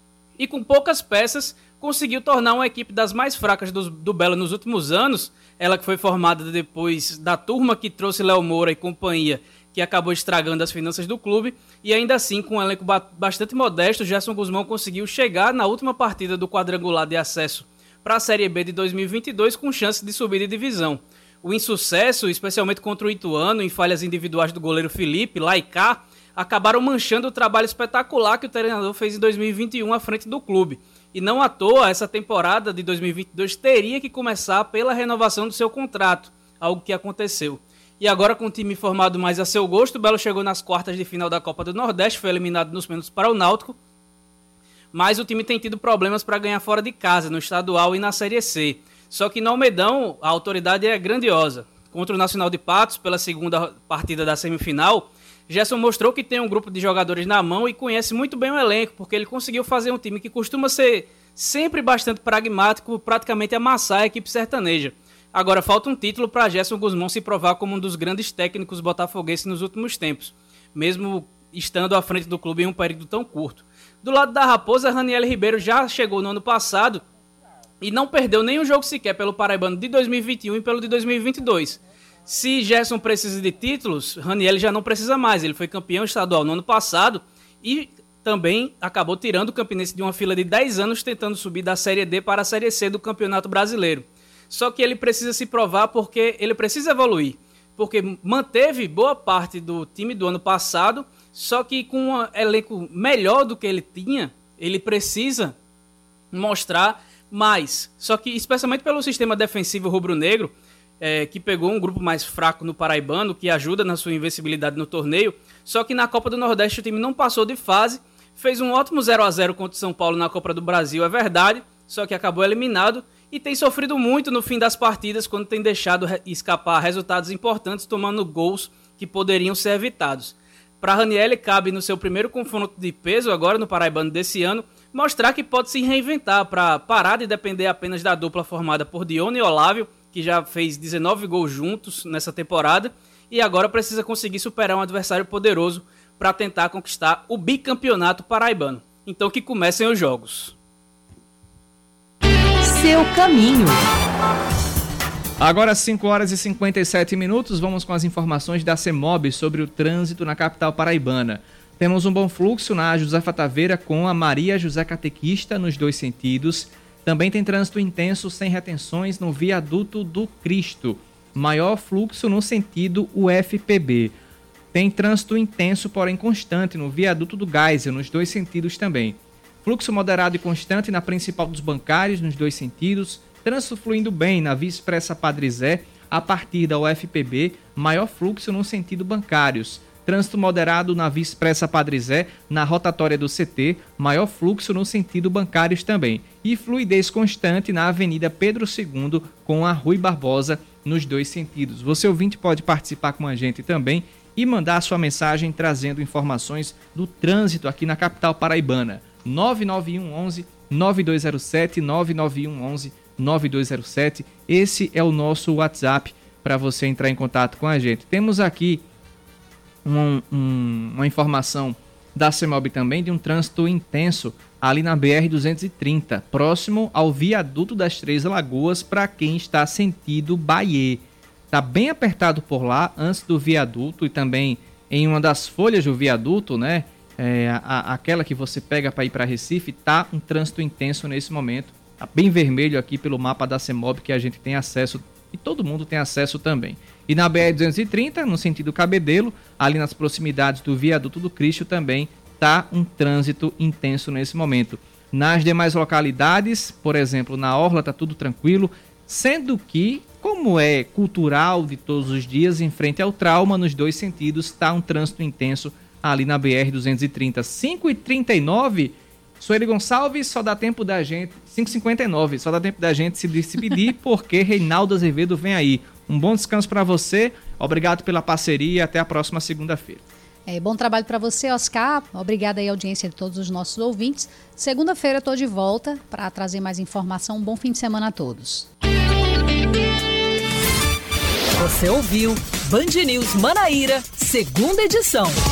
e com poucas peças conseguiu tornar uma equipe das mais fracas do Belo nos últimos anos, ela que foi formada depois da turma que trouxe Léo Moura e companhia, que acabou estragando as finanças do clube, e ainda assim, com um elenco bastante modesto, Gerson Guzmão conseguiu chegar na última partida do quadrangular de acesso para a Série B de 2022 com chance de subir de divisão. O insucesso, especialmente contra o Ituano, em falhas individuais do goleiro Felipe, lá e cá, acabaram manchando o trabalho espetacular que o treinador fez em 2021 à frente do clube. E não à toa, essa temporada de 2022 teria que começar pela renovação do seu contrato, algo que aconteceu. E agora, com o time formado mais a seu gosto, o Belo chegou nas quartas de final da Copa do Nordeste, foi eliminado nos pênaltis para o Náutico, mas o time tem tido problemas para ganhar fora de casa, no estadual e na Série C. Só que no Almeidão, a autoridade é grandiosa. Contra o Nacional de Patos, pela segunda partida da semifinal, Gerson mostrou que tem um grupo de jogadores na mão e conhece muito bem o elenco, porque ele conseguiu fazer um time que costuma ser sempre bastante pragmático, praticamente amassar a equipe sertaneja. Agora falta um título para Gerson Guzmão se provar como um dos grandes técnicos botafoguenses nos últimos tempos, mesmo estando à frente do clube em um período tão curto. Do lado da Raposa, Raniel Ribeiro já chegou no ano passado e não perdeu nenhum jogo sequer pelo Paraibano de 2021 e pelo de 2022. Se Gerson precisa de títulos, Raniel já não precisa mais. Ele foi campeão estadual no ano passado e também acabou tirando o Campinense de uma fila de 10 anos tentando subir da Série D para a Série C do Campeonato Brasileiro. Só que ele precisa se provar porque ele precisa evoluir. Porque manteve boa parte do time do ano passado, só que com um elenco melhor do que ele tinha, ele precisa mostrar mais. Só que, especialmente pelo sistema defensivo rubro-negro, que pegou um grupo mais fraco no Paraibano, que ajuda na sua invencibilidade no torneio, só que na Copa do Nordeste o time não passou de fase, fez um ótimo 0-0 contra o São Paulo na Copa do Brasil, é verdade, só que acabou eliminado e tem sofrido muito no fim das partidas quando tem deixado escapar resultados importantes, tomando gols que poderiam ser evitados. Para Raniel, cabe no seu primeiro confronto de peso agora no Paraibano desse ano, mostrar que pode se reinventar para parar de depender apenas da dupla formada por Dione e Olávio, que já fez 19 gols juntos nessa temporada, e agora precisa conseguir superar um adversário poderoso para tentar conquistar o bicampeonato paraibano. Então que comecem os jogos. Seu caminho. Agora 5 horas e 57 minutos, vamos com as informações da CEMOB sobre o trânsito na capital paraibana. Temos um bom fluxo na Josefa Taveira com a Maria José Catequista nos 2 sentidos. Também tem trânsito intenso sem retenções no viaduto do Cristo. Maior fluxo no sentido UFPB. Tem trânsito intenso, porém constante, no viaduto do Geisel, nos 2 sentidos também. Fluxo moderado e constante na principal dos bancários, nos 2 sentidos. Trânsito fluindo bem na Via Expressa Padre Zé, a partir da UFPB. Maior fluxo no sentido bancários. Trânsito moderado na Via Expressa Padre Zé, na rotatória do CT, maior fluxo no sentido bancários também. E fluidez constante na Avenida Pedro II com a Rui Barbosa nos 2 sentidos. Você ouvinte pode participar com a gente também e mandar a sua mensagem trazendo informações do trânsito aqui na capital paraibana. 991 11 9207, 991 11 9207. Esse é o nosso WhatsApp para você entrar em contato com a gente. Temos aqui uma informação da CEMOB também de um trânsito intenso ali na BR-230, próximo ao viaduto das Três Lagoas, para quem está sentido Bahia. Está bem apertado por lá, antes do viaduto e também em uma das folhas do viaduto, né? Aquela que você pega para ir para Recife, tá um trânsito intenso nesse momento. Tá bem vermelho aqui pelo mapa da CEMOB que a gente tem acesso e todo mundo tem acesso também. E na BR-230, no sentido Cabedelo, ali nas proximidades do viaduto do Cristo também tá um trânsito intenso nesse momento. Nas demais localidades, por exemplo, na Orla tá tudo tranquilo, sendo que, como é cultural de todos os dias, em frente ao Trauma, nos 2 sentidos, tá um trânsito intenso ali na BR-230. 5h39, Sueli Gonçalves, só dá tempo da gente... 5h59, só dá tempo da gente se despedir, porque Reinaldo Azevedo vem aí. Um bom descanso para você, obrigado pela parceria, até a próxima segunda-feira. Bom trabalho para você, Oscar. Obrigada aí à audiência de todos os nossos ouvintes. Segunda-feira estou de volta para trazer mais informação. Um bom fim de semana a todos. Você ouviu Band News Manaíra, segunda edição.